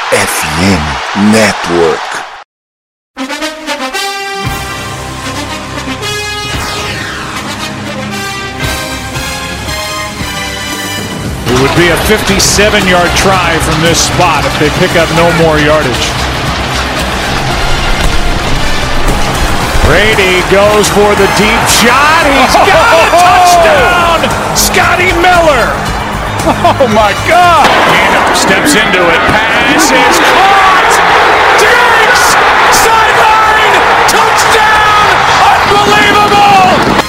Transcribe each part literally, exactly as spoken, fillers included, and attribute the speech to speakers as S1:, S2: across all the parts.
S1: F M Network.
S2: It would be a fifty-seven-yard try from this spot if they pick up no more yardage. Brady goes for the deep shot. He's got a touchdown! Scotty Miller! Oh my God! Gannon steps into it. Pass is caught! Diggs! Sideline! Touchdown! Unbelievable!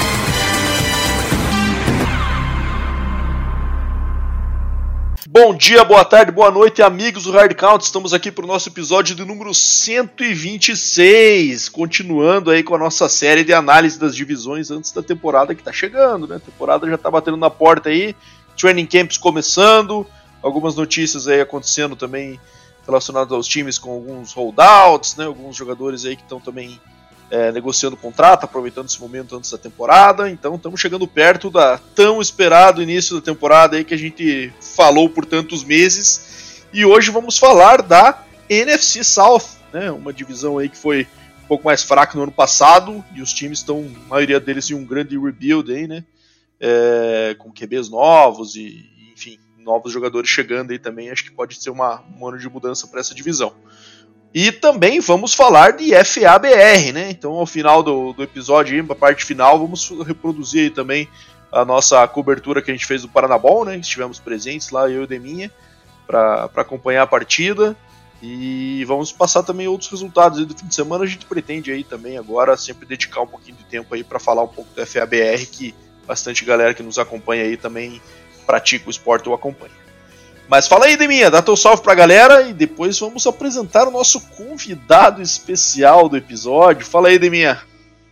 S3: Bom dia, boa tarde, boa noite, amigos do Hard Count. Estamos aqui para o nosso episódio de número cento e vinte e seis, continuando aí com a nossa série de análise das divisões antes da temporada que está chegando, né? A temporada já está batendo na porta aí, training camps começando, algumas notícias aí acontecendo também relacionadas aos times com alguns holdouts, né? Alguns jogadores aí que estão também é, negociando contrato, aproveitando esse momento antes da temporada. Então estamos chegando perto da tão esperado início da temporada aí que a gente falou por tantos meses. E hoje vamos falar da N F C South, né? Uma divisão aí que foi um pouco mais fraca no ano passado e os times estão, a maioria deles, em um grande rebuild aí, né? É, com Q Bs novos e, enfim, novos jogadores chegando aí também. Acho que pode ser uma, um ano de mudança para essa divisão. E também vamos falar de F A B R, né? Então, ao final do, do episódio, a parte final, vamos reproduzir aí também a nossa cobertura que a gente fez do Paranabol, né? Estivemos presentes lá, eu e o Deminha, para acompanhar a partida. E vamos passar também outros resultados aí do fim de semana. A gente pretende aí também agora sempre dedicar um pouquinho de tempo aí para falar um pouco do F A B R, que bastante galera que nos acompanha aí também pratica o esporte ou acompanha. Mas fala aí, Deminha, dá teu salve pra galera e depois vamos apresentar o nosso convidado especial do episódio. Fala aí, Deminha.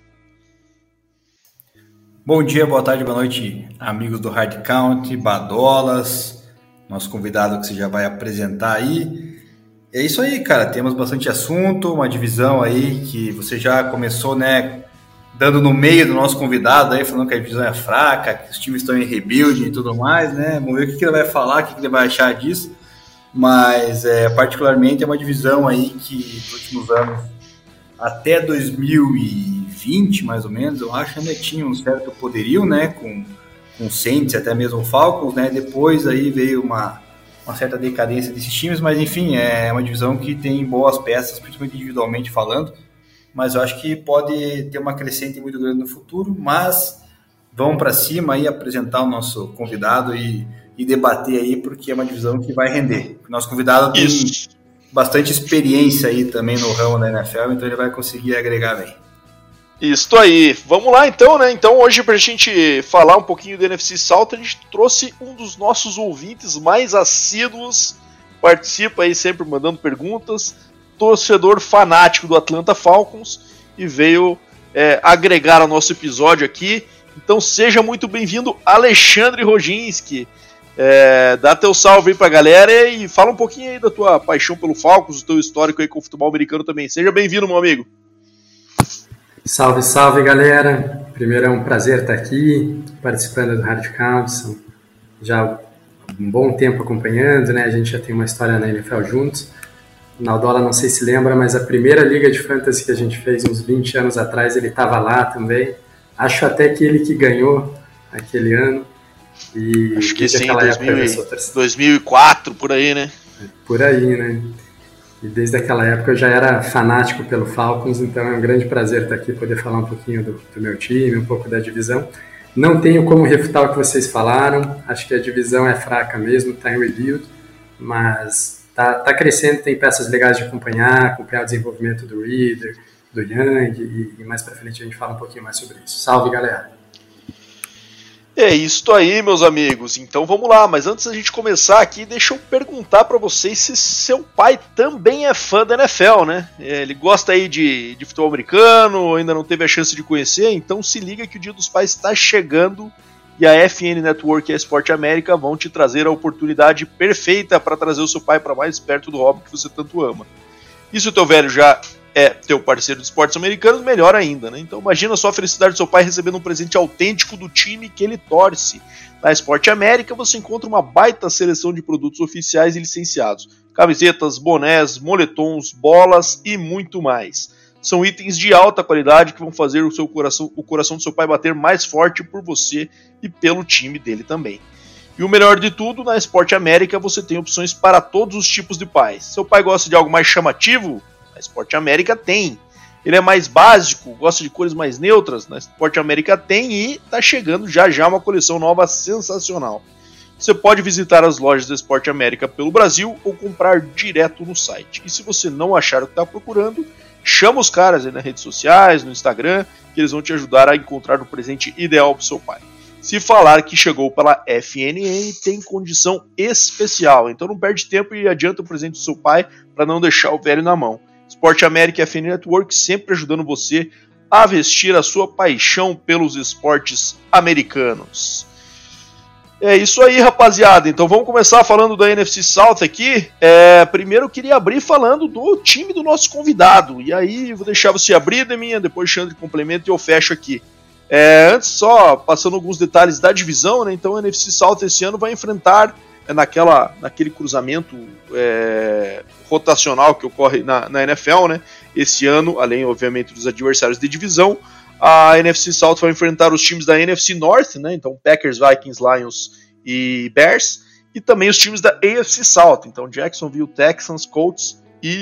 S4: Bom dia, boa tarde, boa noite, amigos do Hard Count, Badolas, nosso convidado que você já vai apresentar aí. É isso aí, cara, temos bastante assunto, uma divisão aí que você já começou, né, dando no meio do nosso convidado aí, falando que a divisão é fraca, que os times estão em rebuild e tudo mais, né? Vamos ver o que ele vai falar, o que ele vai achar disso. Mas, é, particularmente, é uma divisão aí que, nos últimos anos, até dois mil e vinte, mais ou menos, eu acho, ainda tinha um certo poderio, né? Com, com Saints, até mesmo Falcons, né? Depois aí veio uma, uma certa decadência desses times, mas, enfim, é uma divisão que tem boas peças, principalmente individualmente falando. Mas eu acho que pode ter uma crescente muito grande no futuro, mas vamos para cima aí apresentar o nosso convidado e, e debater aí, porque é uma divisão que vai render. O nosso convidado tem Isso. bastante experiência aí também no ramo da N F L, então ele vai conseguir agregar bem.
S3: Isso aí, vamos lá então, né? Então hoje, pra gente falar um pouquinho do N F C South, a gente trouxe um dos nossos ouvintes mais assíduos, participa aí sempre mandando perguntas, torcedor fanático do Atlanta Falcons, e veio é, agregar ao nosso episódio aqui. Então seja muito bem-vindo, Alexandre Roginski. É, dá teu salve aí pra galera e fala um pouquinho aí da tua paixão pelo Falcons, do teu histórico aí com o futebol americano também. Seja bem-vindo, meu amigo.
S5: Salve, salve, galera. Primeiro é um prazer estar aqui, participando do Hard Count. São já um bom tempo acompanhando, né? A gente já tem uma história na N F L juntos. Naldola não sei se lembra, mas a primeira liga de fantasy que a gente fez uns vinte anos atrás, ele estava lá também. Acho até que ele que ganhou aquele ano. E
S3: acho que sim, dois mil e quatro, por aí, né?
S5: Por aí, né? E desde aquela época eu já era fanático pelo Falcons, então é um grande prazer estar aqui, poder falar um pouquinho do, do meu time, um pouco da divisão. Não tenho como refutar o que vocês falaram, acho que a divisão é fraca mesmo, está em rebuild, mas Tá, tá crescendo, tem peças legais de acompanhar, acompanhar o desenvolvimento do Reader, do Young, e, e mais pra frente a gente fala um pouquinho mais sobre isso. Salve, galera!
S3: É isso aí, meus amigos. Então vamos lá, mas antes da gente começar aqui, deixa eu perguntar pra vocês se seu pai também é fã da N F L, né? Ele gosta aí de, de futebol americano, ainda não teve a chance de conhecer, então se liga que o Dia dos Pais está chegando e a F N Network e a Esporte América vão te trazer a oportunidade perfeita para trazer o seu pai para mais perto do hobby que você tanto ama. E se o teu velho já é teu parceiro de esportes americanos, melhor ainda, né? Então imagina só a felicidade do seu pai recebendo um presente autêntico do time que ele torce. Na Esporte América você encontra uma baita seleção de produtos oficiais e licenciados, camisetas, bonés, moletons, bolas e muito mais. São itens de alta qualidade que vão fazer o, seu coração, o coração do seu pai bater mais forte por você e pelo time dele também. E o melhor de tudo, na Esporte América você tem opções para todos os tipos de pais. Seu pai gosta de algo mais chamativo? Na Esporte América tem. Ele é mais básico, gosta de cores mais neutras? Na Esporte América tem e está chegando já já uma coleção nova sensacional. Você pode visitar as lojas da Esporte América pelo Brasil ou comprar direto no site. E se você não achar o que está procurando, chama os caras aí nas redes sociais, no Instagram, que eles vão te ajudar a encontrar o presente ideal para o seu pai. Se falar que chegou pela F N N, tem condição especial. Então não perde tempo e adianta o presente do seu pai para não deixar o velho na mão. Esporte América e F N Network sempre ajudando você a vestir a sua paixão pelos esportes americanos. É isso aí, rapaziada. Então vamos começar falando da N F C South aqui. É, primeiro eu queria abrir falando do time do nosso convidado. E aí vou deixar você abrir, Deminha, depois Xandre complementa e eu fecho aqui. É, antes, só passando alguns detalhes da divisão, né? Então a N F C South esse ano vai enfrentar é, naquela, naquele cruzamento é, rotacional que ocorre na, na N F L, né? Esse ano, além obviamente dos adversários de divisão, a N F C South vai enfrentar os times da N F C North, né? Então Packers, Vikings, Lions e Bears, e também os times da A F C South, então Jacksonville, Texans, Colts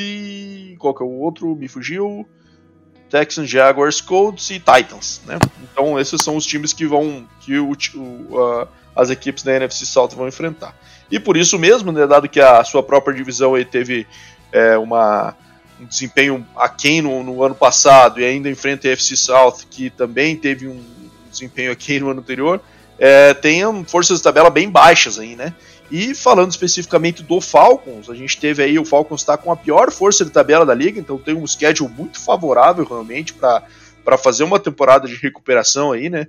S3: e qual que é o outro? Me fugiu. Texans, Jaguars, Colts e Titans, né? Então esses são os times que vão que o, o, uh, as equipes da N F C South vão enfrentar. E por isso mesmo, né, dado que a sua própria divisão aí teve é, uma, um desempenho aquém no, no ano passado e ainda enfrenta a A F C South, que também teve um desempenho aquém no ano anterior, é, tem forças de tabela bem baixas aí, né? E falando especificamente do Falcons, a gente teve aí, o Falcons está com a pior força de tabela da liga, então tem um schedule muito favorável realmente para fazer uma temporada de recuperação aí, né?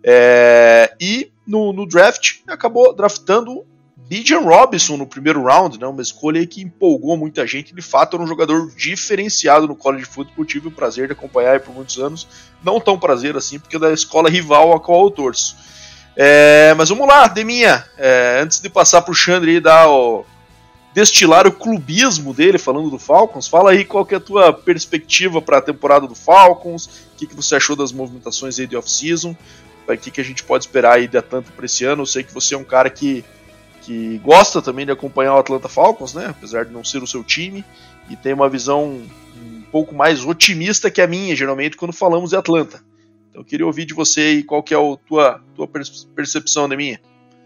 S3: É, e no, no draft acabou draftando Bijan Robinson no primeiro round, né? Uma escolha aí que empolgou muita gente. De fato, era um jogador diferenciado no college football, tive o prazer de acompanhar aí por muitos anos, não tão prazer assim, porque é da escola rival a qual eu torço. É, mas vamos lá, Deminha, é, antes de passar pro Xandre e dar o, destilar o clubismo dele falando do Falcons, fala aí qual que é a tua perspectiva para a temporada do Falcons, o que, que você achou das movimentações aí de off-season, o que, que a gente pode esperar aí de Atlanta para esse ano. Eu sei que você é um cara que, que gosta também de acompanhar o Atlanta Falcons, né, apesar de não ser o seu time, e tem uma visão um pouco mais otimista que a minha, geralmente, quando falamos de Atlanta. Eu queria ouvir de você aí qual que é a tua, tua percepção da minha.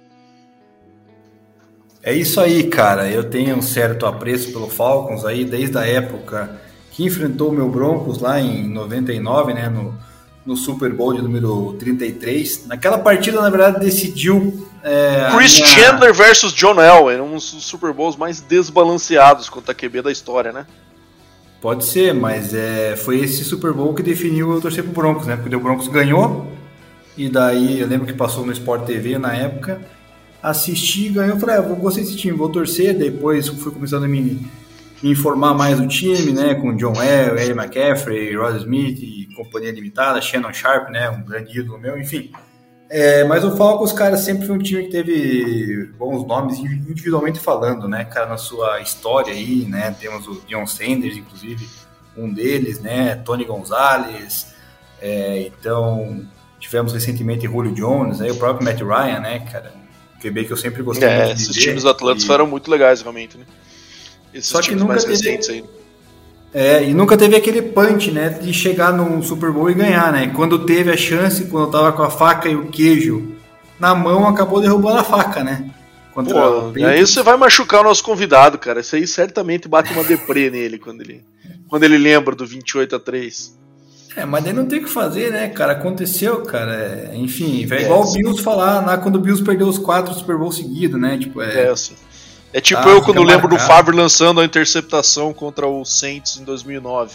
S4: É isso aí, cara. Eu tenho um certo apreço pelo Falcons aí, desde a época que enfrentou o meu Broncos lá em noventa e nove, né, no, no Super Bowl de número trinta e três. Naquela partida, na verdade, decidiu... É,
S3: Chris
S4: minha...
S3: Chandler versus John Elway, um dos Super Bowls mais desbalanceados quanto a Q B da história, né?
S4: Pode ser, mas é, foi esse Super Bowl que definiu eu torcer pro Broncos, né? Porque o Broncos ganhou, e daí eu lembro que passou no Sport T V na época, assisti, ganhou, falei, ah, vou gostei desse time, vou torcer. Depois fui começando a me, me informar mais do time, né? Com John Elway, Eddie McCaffrey, Rod Smith e companhia limitada, Shannon Sharp, né? Um grande ídolo meu, enfim. É, mas o Falcons, cara, sempre foi um time que teve bons nomes individualmente falando, né, cara, na sua história aí, né, temos o Deion Sanders, inclusive, um deles, né, Tony Gonzalez, é, então tivemos recentemente Julio Jones, aí o próprio Matt Ryan, né, cara, Q B que eu sempre gostei
S3: é,
S4: muito de
S3: esses
S4: ver,
S3: times do Atlanta
S4: e...
S3: foram muito legais, realmente, né, esses
S4: Só que
S3: times
S4: nunca
S3: mais
S4: teve...
S3: recentes aí.
S4: É, e nunca teve aquele punch, né, de chegar no Super Bowl e ganhar, né? Quando teve a chance, quando tava com a faca e o queijo na mão, acabou derrubando a faca, né? Contra
S3: Pô, aí você vai machucar o nosso convidado, cara. Isso aí certamente bate uma deprê nele quando ele, quando ele lembra do vinte e oito a três.
S4: É, mas daí não tem o que fazer, né, cara? Aconteceu, cara. É, enfim, é igual é, o Bills falar lá quando o Bills perdeu os quatro Super Bowl seguidos, né? Tipo, é...
S3: é assim. É tipo
S4: tá,
S3: eu quando lembro
S4: marcado.
S3: do Favre lançando a interceptação contra o Saints em dois mil e nove.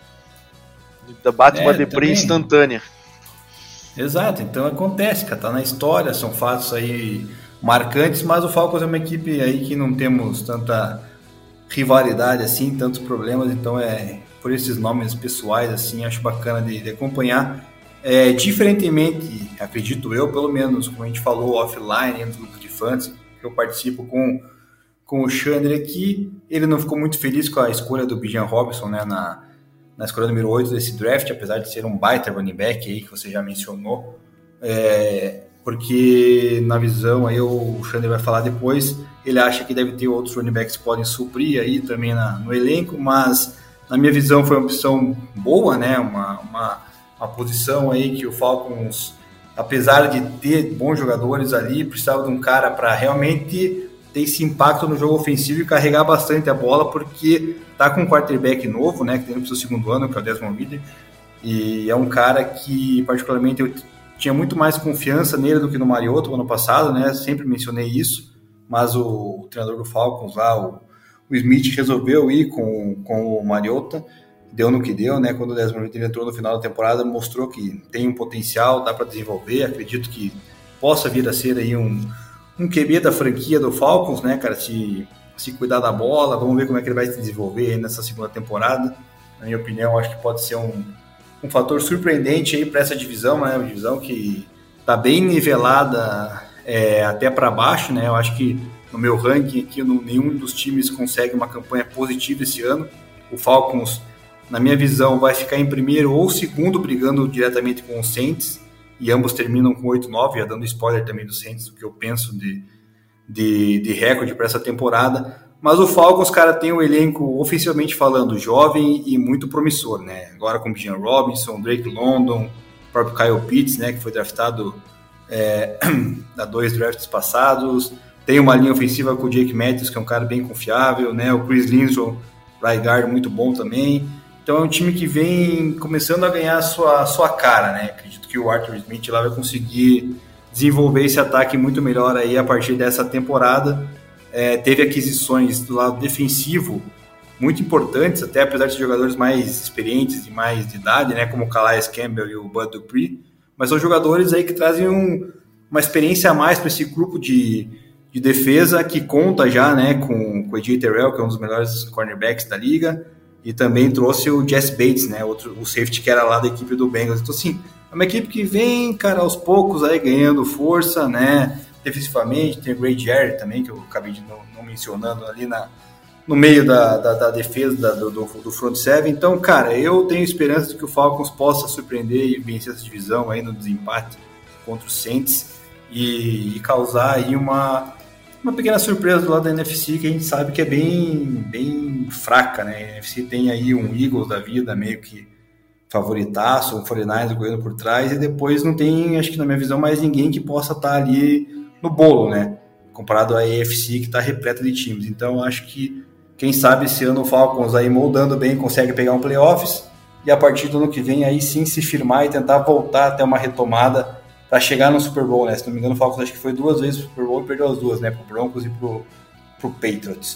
S3: Bate
S4: é,
S3: uma deprê
S4: também.
S3: instantânea.
S4: Exato, então acontece, cara, tá na história, são fatos aí marcantes, mas o Falcons é uma equipe aí que não temos tanta rivalidade assim, tantos problemas, então é por esses nomes pessoais assim, acho bacana de, de acompanhar. É, diferentemente, acredito eu, pelo menos, como a gente falou offline nos grupos de fãs, que eu participo com com o Chandler aqui. Ele não ficou muito feliz com a escolha do Bijan Robinson, né, na, na escolha número oito desse draft, apesar de ser um baita running back aí, que você já mencionou. É, porque na visão, aí o Chandler vai falar depois, ele acha que deve ter outros running backs que podem suprir aí também na, no elenco, mas na minha visão foi uma opção boa, né, uma, uma, uma posição aí que o Falcons, apesar de ter bons jogadores ali, precisava de um cara para realmente ter esse impacto no jogo ofensivo e carregar bastante a bola, porque tá com um quarterback novo, né, que tem no seu segundo ano, que é o Desmond Ridder, e é um cara que particularmente eu tinha muito mais confiança nele do que no Mariota no ano passado, né, sempre mencionei isso, mas o, o treinador do Falcons lá, o, o Smith, resolveu ir com, com o Mariota, deu no que deu, né, quando o Desmond Ridder entrou no final da temporada, mostrou que tem um potencial, dá para desenvolver, acredito que possa vir a ser aí um, um Q B da franquia do Falcons, né, cara, se, se cuidar da bola, vamos ver como é que ele vai se desenvolver aí nessa segunda temporada. Na minha opinião, acho que pode ser um, um fator surpreendente aí para essa divisão, né, uma divisão que tá bem nivelada é, até para baixo, né, eu acho que no meu ranking aqui, no, nenhum dos times consegue uma campanha positiva esse ano. O Falcons, na minha visão, vai ficar em primeiro ou segundo, brigando diretamente com os Saints, e ambos terminam com oito nove, já dando spoiler também do Saints, do que eu penso de, de, de recorde para essa temporada. Mas o Falcons, cara, tem um elenco, ofensivamente falando, jovem e muito promissor, né? Agora com o Bijan Robinson, Drake London, o próprio Kyle Pitts, né, que foi draftado é, há dois drafts passados. Tem uma linha ofensiva com o Jake Matthews, que é um cara bem confiável, né? O Chris Lindsay, right guard, muito bom também. Então é um time que vem começando a ganhar a sua, sua cara, né? Acredito que o Arthur Smith lá vai conseguir desenvolver esse ataque muito melhor aí a partir dessa temporada. É, teve aquisições do lado defensivo muito importantes, até apesar de ser jogadores mais experientes e mais de idade, né? Como o Calais Campbell e o Bud Dupree, mas são jogadores aí que trazem um, uma experiência a mais para esse grupo de, de defesa que conta já, né? Com, com o A J Terrell, que é um dos melhores cornerbacks da liga, e também trouxe o Jesse Bates, né, outro, o safety que era lá da equipe do Bengals. Então, assim, é uma equipe que vem, cara, aos poucos aí ganhando força, né, defensivamente. Tem o Ray Jerry também, que eu acabei de não, não mencionando ali na, no meio da, da, da defesa da, do, do front seven. Então, cara, eu tenho esperança de que o Falcons possa surpreender e vencer essa divisão aí no desempate contra o Saints e, e causar aí uma... uma pequena surpresa do lado da N F C, que a gente sabe que é bem, bem fraca, né? A N F C tem aí um Eagles da vida, meio que favoritaço, um quarenta e nove ers correndo por trás, e depois não tem, acho que na minha visão, mais ninguém que possa estar ali no bolo, né? Comparado à A F C, que está repleta de times. Então, acho que, quem sabe, esse ano o Falcons aí moldando bem, consegue pegar um playoffs, e a partir do ano que vem, aí sim se firmar e tentar voltar até uma retomada para chegar no Super Bowl, né? Se não me engano, o Falcons acho que foi duas vezes pro Super Bowl e perdeu as duas, né? Pro Broncos e pro, pro Patriots.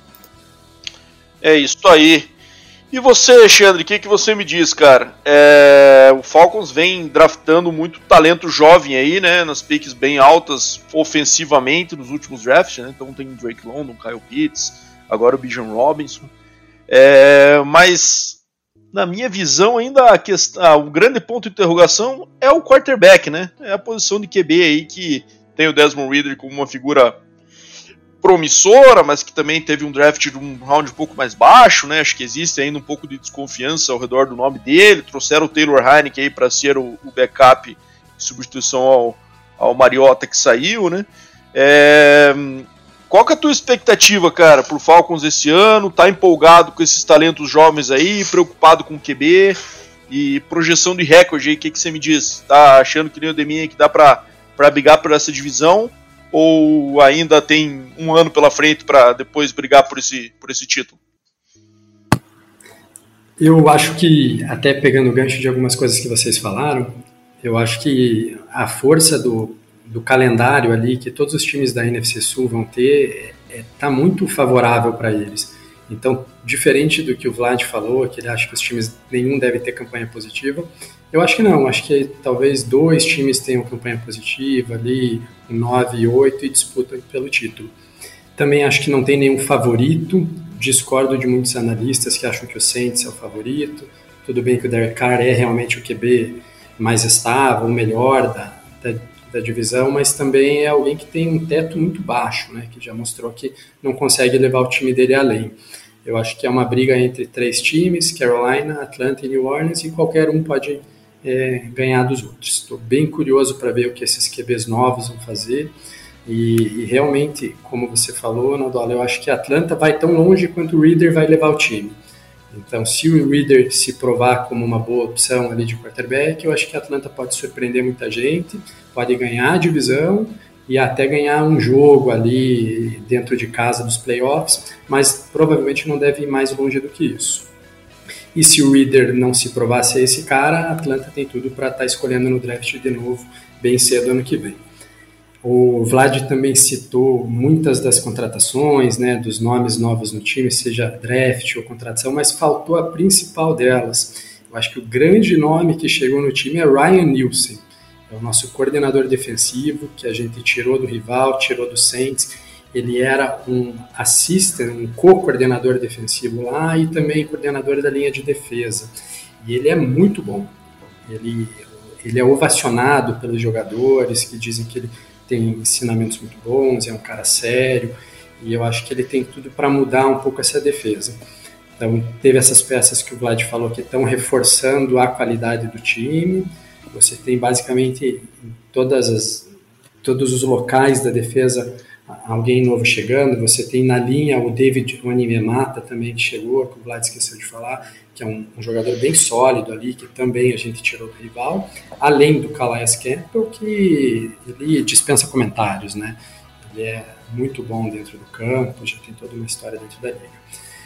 S3: É isso aí. E você, Alexandre, o que, que você me diz, cara? É, o Falcons vem draftando muito talento jovem aí, né? Nas picks bem altas ofensivamente nos últimos drafts, né? Então tem o Drake London, Kyle Pitts, agora o Bijan Robinson. É, mas... na minha visão, ainda a questão, ah, o grande ponto de interrogação é o quarterback, né? É a posição de Q B aí que tem o Desmond Ridder como uma figura promissora, mas que também teve um draft de um round um pouco mais baixo, né? Acho que existe ainda um pouco de desconfiança ao redor do nome dele. Trouxeram o Taylor Heinicke aí para ser o, o backup em substituição ao, ao Mariota que saiu, né? É... Qual que é a tua expectativa, cara, pro Falcons esse ano? Tá empolgado com esses talentos jovens aí, preocupado com o Q B e projeção de recorde aí, o que, que você me diz? Tá achando que nem o Deminha que dá pra, pra brigar por essa divisão? Ou ainda tem um ano pela frente para depois brigar por esse, por esse título?
S5: Eu acho que, até pegando o gancho de algumas coisas que vocês falaram, eu acho que a força do do calendário ali que todos os times da N F C Sul vão ter está é, é, muito favorável para eles. Então, diferente do que o Vlad falou, que ele acha que os times nenhum deve ter campanha positiva, eu acho que não, acho que talvez dois times tenham campanha positiva ali, um nove e oito, e disputam pelo título. Também acho que não tem nenhum favorito, discordo de muitos analistas que acham que o Saints é o favorito. Tudo bem que o Derek Carr é realmente o Q B mais estável, o melhor da, da da divisão, mas também é alguém que tem um teto muito baixo, né, que já mostrou que não consegue levar o time dele além. Eu acho que é uma briga entre três times, Carolina, Atlanta e New Orleans, e qualquer um pode é, ganhar dos outros. Estou bem curioso para ver o que esses Q Bs novos vão fazer, e, e realmente, como você falou, Nadola, eu acho que a Atlanta vai tão longe quanto o Reader vai levar o time. Então, se o Reader se provar como uma boa opção ali de quarterback, eu acho que a Atlanta pode surpreender muita gente, pode ganhar a divisão e até ganhar um jogo ali dentro de casa dos playoffs, mas provavelmente não deve ir mais longe do que isso. E se o Reader não se provar ser esse cara, a Atlanta tem tudo para estar escolhendo no draft de novo, bem cedo ano que vem. O Vlad também citou muitas das contratações, né, dos nomes novos no time, seja draft ou contratação, mas faltou a principal delas. Eu acho que o grande nome que chegou no time é Ryan Nielsen, é o nosso coordenador defensivo, que a gente tirou do rival, tirou do Saints. Ele era um assistant, um co-coordenador defensivo lá e também coordenador da linha de defesa. E ele é muito bom. Ele, ele é ovacionado pelos jogadores, que dizem que ele tem ensinamentos muito bons, é um cara sério, e eu acho que ele tem tudo para mudar um pouco essa defesa. Então, teve essas peças que o Vlad falou que estão reforçando a qualidade do time. Você tem basicamente em todas as, todos os locais da defesa alguém novo chegando. Você tem na linha o David Onyemata também, que chegou, que o Vlad esqueceu de falar, que é um, um jogador bem sólido ali, que também a gente tirou do rival, além do Calais Campbell, que ele dispensa comentários, né? Ele é muito bom dentro do campo, já tem toda uma história dentro da liga.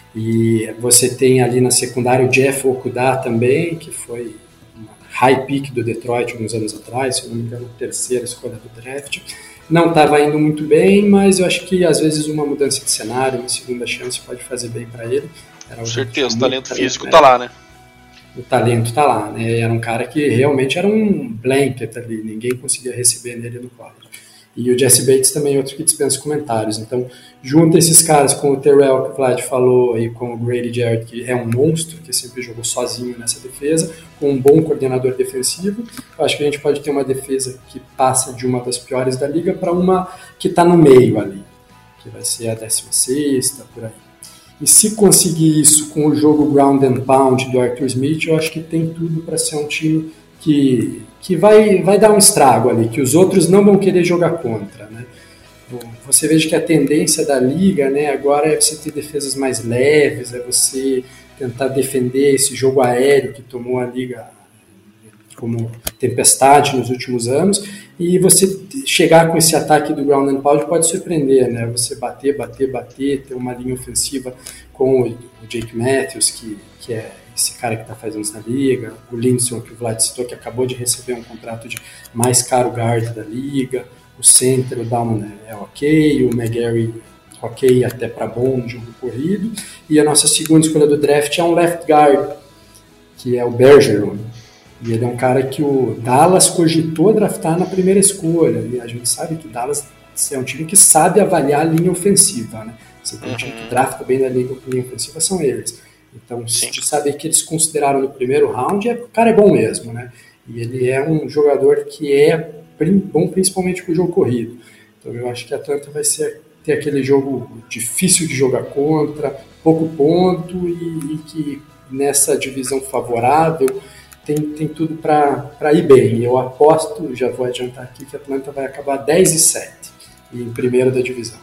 S5: E você tem ali na secundária o Jeff Okudah também, que foi uma high pick do Detroit alguns anos atrás, se não me engano, terceira escolha do draft. Não estava indo muito bem, mas eu acho que às vezes uma mudança de cenário, uma segunda chance pode fazer bem para ele. Era
S3: Com certeza, o talento físico
S5: né?
S3: tá lá, né?
S5: O talento tá lá, né? Era um cara que realmente era um blanket ali, ninguém conseguia receber nele no quadro. E o Jesse Bates também é outro que dispensa comentários. Então, junta esses caras com o Terrell, que o Vlad falou, e com o Grady Jarrett, que é um monstro, que sempre jogou sozinho nessa defesa, com um bom coordenador defensivo, eu acho que a gente pode ter uma defesa que passa de uma das piores da liga para uma que está no meio ali, que vai ser a décima sexta, por aí. E se conseguir isso com o jogo ground and pound do Arthur Smith, eu acho que tem tudo para ser um time que, que vai, vai dar um estrago ali, que os outros não vão querer jogar contra, né? Você veja que a tendência da liga, né, agora é você ter defesas mais leves, é você tentar defender esse jogo aéreo que tomou a liga como tempestade nos últimos anos, e você chegar com esse ataque do ground and pound pode surpreender, né? Você bater, bater, bater, ter uma linha ofensiva com o Jake Matthews, que, que é esse cara que está fazendo isso na liga, o Lindstrom, que o Vlad citou, que acabou de receber um contrato de mais caro guard da liga, o center, o Dalman é ok, o McGarry ok até para bom de jogo corrido, e a nossa segunda escolha do draft é um left guard, que é o Bergeron, e ele é um cara que o Dallas cogitou draftar na primeira escolha, e a gente sabe que o Dallas é um time que sabe avaliar a linha ofensiva, né? Você tem um time que drafta bem na linha, linha ofensiva, são eles. Então, se de saber que eles consideraram no primeiro round, é, o cara é bom mesmo, né? E ele é um jogador que é bom principalmente com o jogo corrido. Então, eu acho que a Atlanta vai ser, ter aquele jogo difícil de jogar contra, pouco ponto, e, e que nessa divisão favorável tem, tem tudo para ir bem. Eu aposto, já vou adiantar aqui, que a Atlanta vai acabar dez e sete em primeiro da divisão.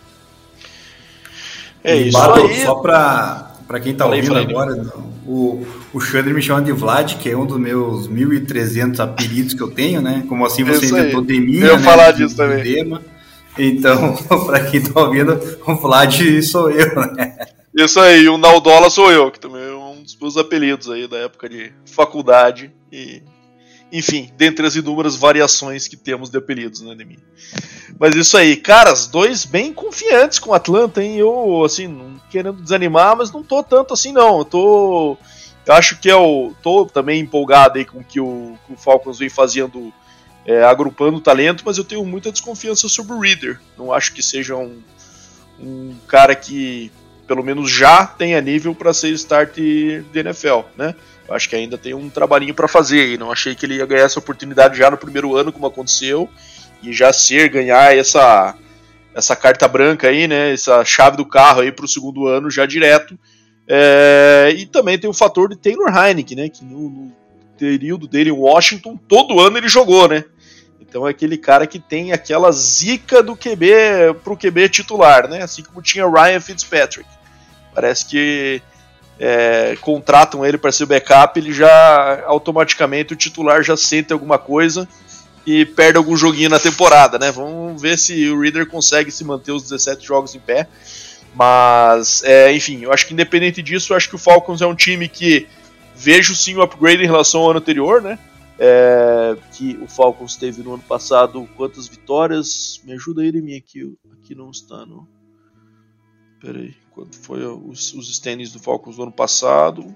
S3: É isso
S4: Bato,
S3: aí.
S4: Só para para quem está ouvindo
S3: falei,
S4: agora, o, o Xandre me chama de Vlad, que é um dos meus mil e trezentos apelidos que eu tenho, né? Como assim você
S3: isso
S4: inventou
S3: aí.
S4: Deminha,
S3: Eu
S4: né?
S3: falar disso também.
S4: Dema. Então, para quem está ouvindo, o Vlad sou eu, né?
S3: Isso aí, o Naldola sou eu, que também é um dos meus apelidos aí da época de faculdade. E, enfim, dentre as inúmeras variações que temos de apelidos, né, de mim. Mas isso aí, caras, dois bem confiantes com o Atlanta, hein? Eu, assim, não querendo desanimar, mas não tô tanto assim, não. Eu tô. Eu acho que eu tô também empolgado aí com o que o, que o Falcons vem fazendo, é, agrupando o talento, mas eu tenho muita desconfiança sobre o Reader. Não acho que seja um, um cara que, pelo menos já tenha nível para ser start de N F L, né? Eu acho que ainda tem um trabalhinho para fazer aí. Não achei que ele ia ganhar essa oportunidade já no primeiro ano, como aconteceu, e já ser, ganhar essa, essa carta branca aí, né? Essa chave do carro aí para o segundo ano já direto. É, e também tem o fator de Taylor Heinicke, né? Que no, no período dele em Washington, todo ano ele jogou, né? Então é aquele cara que tem aquela zica do Q B pro Q B titular, né? Assim como tinha Ryan Fitzpatrick. Parece que é, contratam ele para ser backup, ele já automaticamente o titular já sente alguma coisa e perde algum joguinho na temporada, né? Vamos ver se o Reader consegue se manter os dezessete jogos em pé. Mas, é, enfim, eu acho que independente disso, eu acho que o Falcons é um time que vejo sim o upgrade em relação ao ano anterior, né? É, que o Falcons teve no ano passado quantas vitórias? Me ajuda aí em mim aqui, aqui não está no... Pera aí, quanto foi os, os standings do Falcons no ano passado?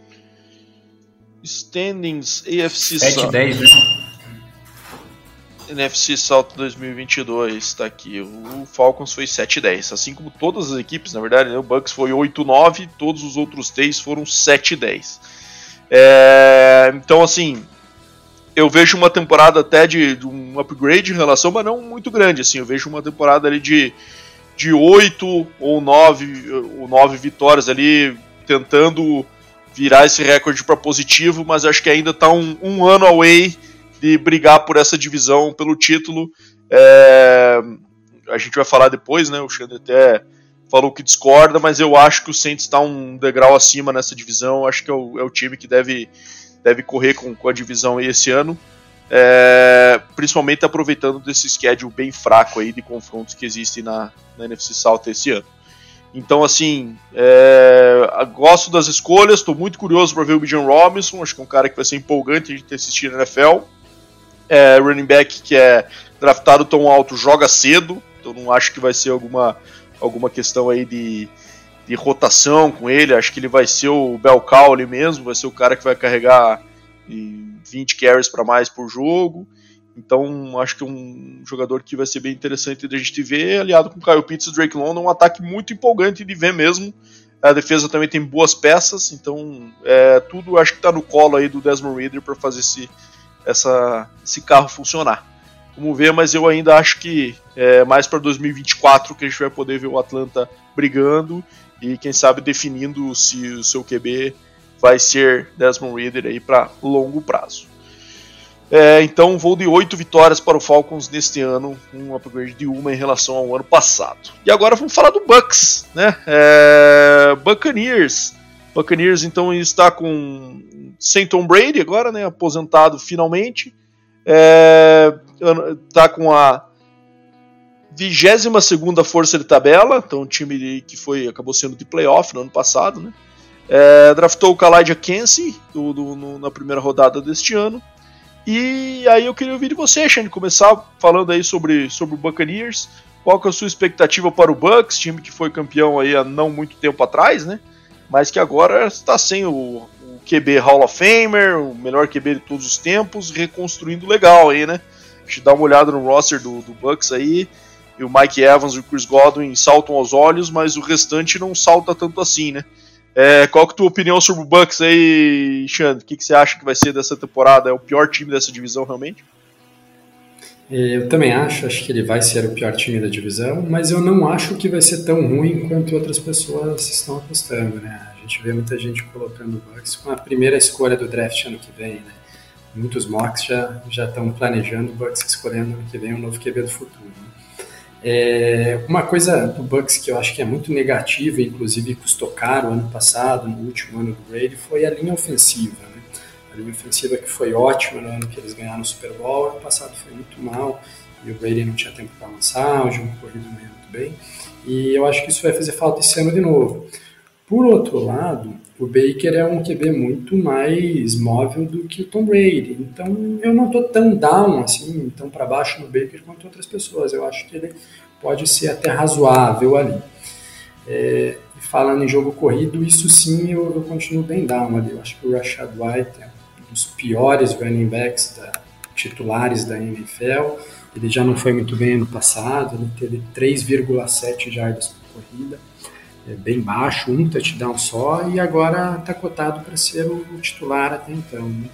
S3: Standings A F C
S4: sete
S3: South.
S4: dez, né?
S3: N F C South dois mil e vinte e dois, tá aqui. O Falcons foi sete dez, assim como todas as equipes, na verdade, né? O Bucks foi oito nove, todos os outros três foram sete dez. É, então, assim, eu vejo uma temporada até de, de um upgrade em relação, mas não muito grande, assim. Eu vejo uma temporada ali de, de oito ou nove, ou nove vitórias ali, tentando virar esse recorde para positivo, mas acho que ainda tá um, um ano away de brigar por essa divisão, pelo título. É, a gente vai falar depois, né? O Xander até falou que discorda, mas eu acho que o Saints está um degrau acima nessa divisão. Acho que é o, é o time que deve, deve correr com, com a divisão aí esse ano, é, principalmente aproveitando desse schedule bem fraco aí de confrontos que existem na, na N F C South esse ano. Então, assim, é, gosto das escolhas, estou muito curioso para ver o Bijan Robinson. Acho que é um cara que vai ser empolgante a gente assistir na N F L. É, running back que é draftado tão alto joga cedo, então não acho que vai ser alguma, alguma questão aí de, de rotação com ele. Acho que ele vai ser o bell cow ali mesmo, vai ser o cara que vai carregar vinte carries para mais por jogo. Então acho que é um jogador que vai ser bem interessante de a gente ver, aliado com Kyle Pitts e Drake London, um ataque muito empolgante de ver mesmo. A defesa também tem boas peças, então é, tudo acho que está no colo aí do Desmond Ridder para fazer esse Essa, esse carro funcionar. Vamos ver, mas eu ainda acho que é mais para dois mil e vinte e quatro que a gente vai poder ver o Atlanta brigando e quem sabe definindo se o seu Q B vai ser Desmond Ridder aí para longo prazo. É, então vou de oito vitórias para o Falcons neste ano, um upgrade de uma em relação ao ano passado. E agora vamos falar do Bucks, né? É, Buccaneers. Buccaneers então está com sem Tom Brady agora, né, aposentado finalmente, está é, com a vigésima segunda força de tabela, então um time que foi, acabou sendo de playoff no ano passado, né, é, draftou o Khalid Kensi do, do, no, na primeira rodada deste ano, e aí eu queria ouvir de você, Shane, começar falando aí sobre, sobre o Buccaneers. Qual que é a sua expectativa para o Bucks, time que foi campeão aí há não muito tempo atrás, né, mas que agora está sem o, o Q B Hall of Famer, o melhor Q B de todos os tempos, reconstruindo legal aí, né? A gente dá uma olhada no roster do, do Bucks aí, e o Mike Evans e o Chris Godwin saltam aos olhos, mas o restante não salta tanto assim, né? É, qual que é a tua opinião sobre o Bucks aí, Xandre? O que, que você acha que vai ser dessa temporada? É o pior time dessa divisão realmente?
S5: Eu também acho, acho que ele vai ser o pior time da divisão, mas eu não acho que vai ser tão ruim quanto outras pessoas estão apostando, né? A gente vê muita gente colocando o Bucks com a primeira escolha do draft ano que vem, né? Muitos mocks já já estão planejando o Bucks escolhendo ano que vem um novo Q B do futuro, né? É, uma coisa do Bucks que eu acho que é muito negativa, inclusive custou caro ano passado, no último ano do Brady, foi a linha ofensiva, né? A linha ofensiva que foi ótima no ano que eles ganharam o Super Bowl, ano passado foi muito mal, e o Brady não tinha tempo para lançar, o jogo corrido não ia muito bem, e eu acho que isso vai fazer falta esse ano de novo. Por outro lado, o Baker é um Q B muito mais móvel do que o Tom Brady, então eu não estou tão down, assim, tão para baixo no Baker quanto outras pessoas, eu acho que ele pode ser até razoável ali. É, falando em jogo corrido, isso sim eu, eu continuo bem down ali, eu acho que o Rashad White é um dos piores running backs da, titulares da N F L, ele já não foi muito bem ano passado, ele teve três vírgula sete jardas por corrida. é, bem baixo, um touchdown só, e agora está cotado para ser o, o titular até então. Né?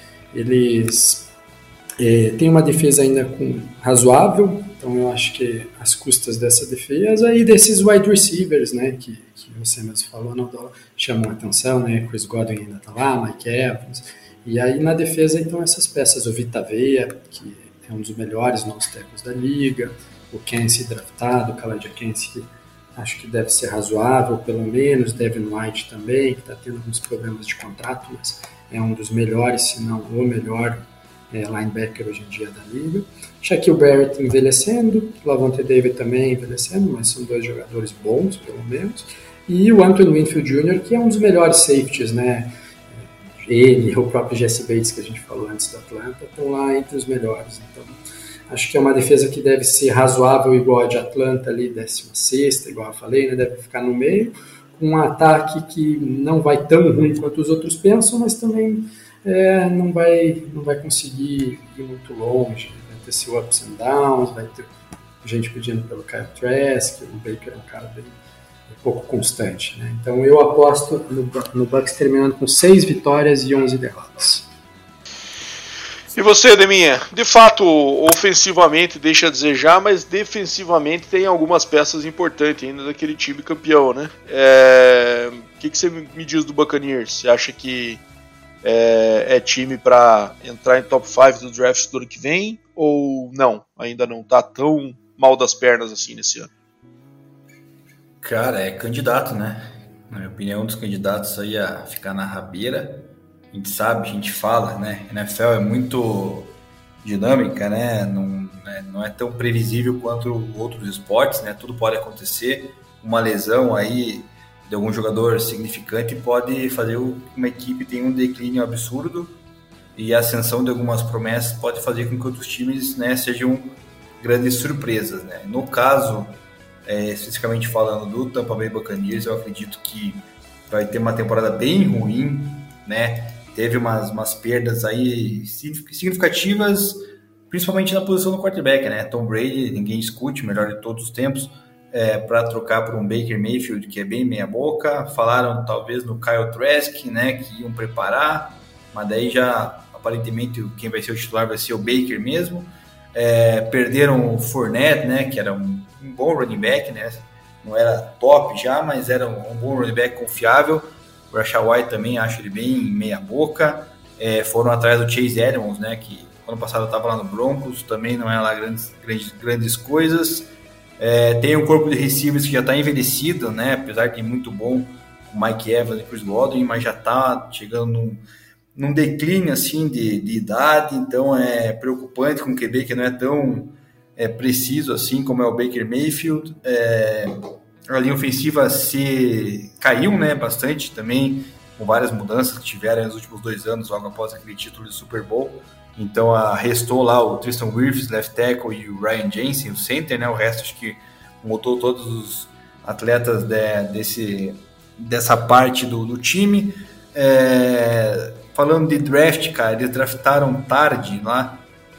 S5: Eles é, têm uma defesa ainda com, razoável, então eu acho que as custas dessa defesa e desses wide receivers, né, que, que você mesmo falou, não, chamam a atenção, né, Chris Godwin ainda está lá, Mike Evans, e aí na defesa então essas peças, o Vita Vea, que é um dos melhores nose tackles da liga, o Kensey draftado, o Khalid Kensey, acho que deve ser razoável, pelo menos, Devin White também, que está tendo alguns problemas de contrato, mas é um dos melhores, se não o melhor é, linebacker hoje em dia da liga. Shaquille Barrett envelhecendo, Lavonte David também envelhecendo, mas são dois jogadores bons, pelo menos. E o Antoine Winfield Júnior, que é um dos melhores safeties, né? Ele, o próprio Jesse Bates, que a gente falou antes da Atlanta, estão lá entre os melhores. Então, acho que é uma defesa que deve ser razoável, igual a de Atlanta, ali, décima sexta, igual eu falei, né? Deve ficar no meio, com um ataque que não vai tão ruim quanto os outros pensam, mas também é, não, vai, não vai conseguir ir muito longe. Vai ter seu ups and downs, vai ter gente pedindo pelo Kyle Trask, o Baker é um cara bem um pouco constante, né? Então eu aposto no, no Bucks terminando com seis vitórias e onze derrotas.
S3: E você, Deminha? De fato, ofensivamente deixa a desejar, mas defensivamente tem algumas peças importantes ainda daquele time campeão, né? É... O que, que você me diz do Buccaneers? Você acha que é, é time para entrar em top cinco do draft do ano que vem? Ou não? Ainda não tá tão mal das pernas assim nesse ano?
S4: Cara, é candidato, né? Na minha opinião, um dos candidatos aí a ficar na rabeira. A gente sabe, a gente fala, né? A N F L é muito dinâmica, né? Não, né? não é tão previsível quanto outros esportes, né? Tudo pode acontecer. Uma lesão aí de algum jogador significante pode fazer com que uma equipe tenha um declínio absurdo, e a ascensão de algumas promessas pode fazer com que outros times, né, sejam grandes surpresas, né? No caso, é, especificamente falando do Tampa Bay Buccaneers, eu acredito que vai ter uma temporada bem ruim, né? Teve umas, umas perdas aí significativas, principalmente na posição do quarterback, né? Tom Brady, ninguém discute, melhor de todos os tempos, é, para trocar por um Baker Mayfield, que é bem meia boca. Falaram talvez no Kyle Trask, né, que iam preparar, mas daí já aparentemente quem vai ser o titular vai ser o Baker mesmo. É, perderam o Fournette, né, que era um, um bom running back, né? Não era top já, mas era um, um bom running back confiável. O Rashad White também acho ele bem meia boca. É, foram atrás do Chase Edmonds, né, que ano passado estava lá no Broncos, também não é lá grandes, grandes, grandes coisas. É, tem um corpo de receivers que já está envelhecido, né, apesar de muito bom, o Mike Evans e Chris Godwin, mas já está chegando num, num declínio assim, de, de idade, então é preocupante com o Q B que não é tão é, preciso assim como é o Baker Mayfield. É, a linha ofensiva se caiu, né, bastante também, com várias mudanças que tiveram nos últimos dois anos, logo após aquele título de Super Bowl. Então, a, restou lá o Tristan Wirfs, left tackle, e o Ryan Jensen, o center, né? O resto, acho que montou todos os atletas de, desse, dessa parte do, do time. É, falando de draft, cara, eles draftaram tarde lá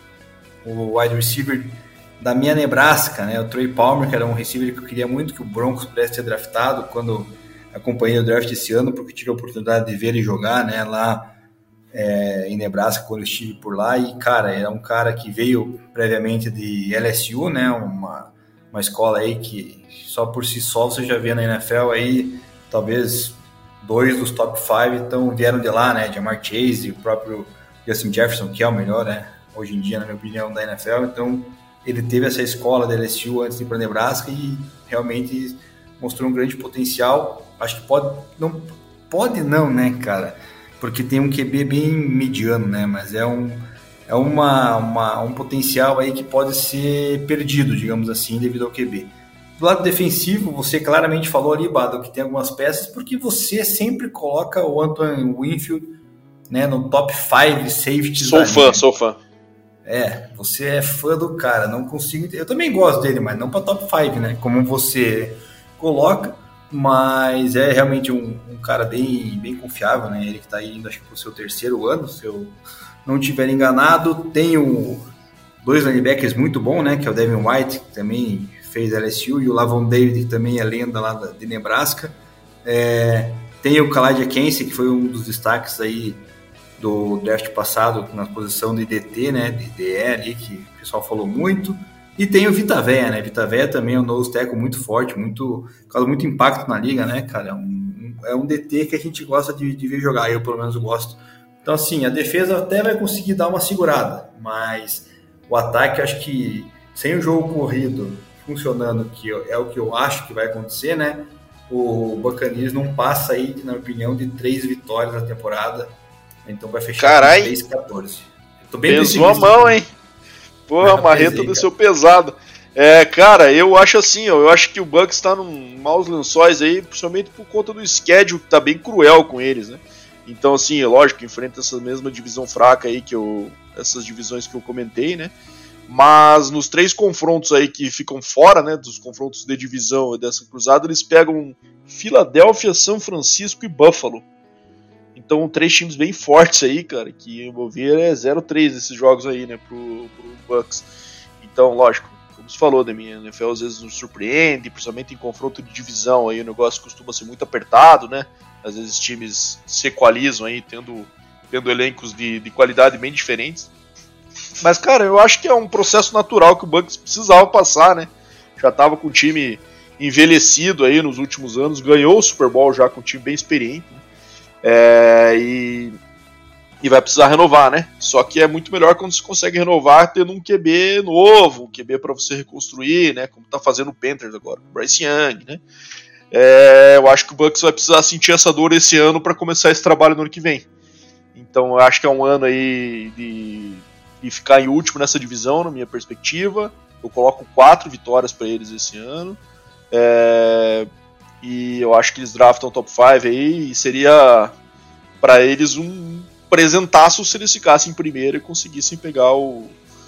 S4: o wide receiver da minha Nebraska, né? O Trey Palmer, que era um receiver que eu queria muito que o Broncos pudesse ter draftado quando acompanhei o draft esse ano, porque tive a oportunidade de ver ele jogar, né? Lá É, em Nebraska, quando eu estive por lá, e cara, era um cara que veio previamente de L S U, né, uma, uma escola aí que só por si só você já vê na N F L aí, talvez dois dos top cinco então, vieram de lá, né, Jamar Chase e o próprio Justin Jefferson, que é o melhor, né, hoje em dia, na minha opinião, da N F L. Então ele teve essa escola da L S U antes de ir para Nebraska e realmente mostrou um grande potencial. Acho que pode, não pode não, né, cara, porque tem um Q B bem mediano, né? Mas é, um, é uma, uma, um potencial aí que pode ser perdido, digamos assim, devido ao Q B. Do lado defensivo, você claramente falou ali, Bado, que tem algumas peças, porque você sempre coloca o Antoine Winfield, né, no top cinco safeties.
S3: Sou fã, liga. sou fã.
S4: É, você é fã do cara, não consigo... Eu também gosto dele, mas não para top cinco, né? Como você coloca... Mas é realmente um, um cara bem, bem confiável, né? Ele que está indo, acho que para o seu terceiro ano, se eu não estiver enganado. Tem o, dois linebackers muito bons, né? Que é o Devin White, que também fez L S U, e o Lavon David, que também é lenda lá de Nebraska. É, tem o Khalid Akense, que foi um dos destaques aí do draft passado, na posição de D T, né, de D E ali, que o pessoal falou muito. E tem o Vita Vea, né? Vita Vea também é um nose tackle muito forte, muito, causa muito impacto na liga, né, cara? É um, é um D T que a gente gosta de, de ver jogar, eu pelo menos gosto. Então, assim, a defesa até vai conseguir dar uma segurada, mas o ataque, acho que sem o jogo corrido funcionando, que é o que eu acho que vai acontecer, né? O Buccaneers não passa aí, na minha opinião, de três vitórias na temporada. Então vai fechar
S3: Carai,
S4: com três a quatorze. Tô bem
S3: pesou a mão, hein? Porra, a marreta desceu pesado. É, cara, eu acho assim, ó, eu acho que o Bucs tá num maus lençóis aí, principalmente por conta do schedule que tá bem cruel com eles, né? Então, assim, é lógico, enfrenta essa mesma divisão fraca aí, que eu, essas divisões que eu comentei, né? Mas nos três confrontos aí que ficam fora, né, dos confrontos de divisão dessa cruzada, eles pegam Filadélfia, São Francisco e Buffalo. Então, três times bem fortes aí, cara, que envolver é zero a três esses jogos aí, né, pro, pro Bucs. Então, lógico, como você falou, da minha N F L às vezes nos surpreende, principalmente em confronto de divisão aí, o negócio costuma ser muito apertado, né? Às vezes times se equalizam aí, tendo, tendo elencos de, de qualidade bem diferentes. Mas, cara, eu acho que é um processo natural que o Bucs precisava passar, né? Já tava com o time envelhecido aí nos últimos anos, ganhou o Super Bowl já com um time bem experiente, né? É, e, e vai precisar renovar, né? Só que é muito melhor quando se consegue renovar tendo um Q B novo, um Q B para você reconstruir, né? Como tá fazendo o Panthers agora, o Bryce Young, né? É, eu acho que o Bucs vai precisar sentir essa dor esse ano para começar esse trabalho no ano que vem. Então eu acho que é um ano aí de, de ficar em último nessa divisão, na minha perspectiva. Eu coloco quatro vitórias para eles esse ano. É, e eu acho que eles draftam top cinco aí, e seria para eles um presentaço se eles ficassem em primeiro e conseguissem pegar o,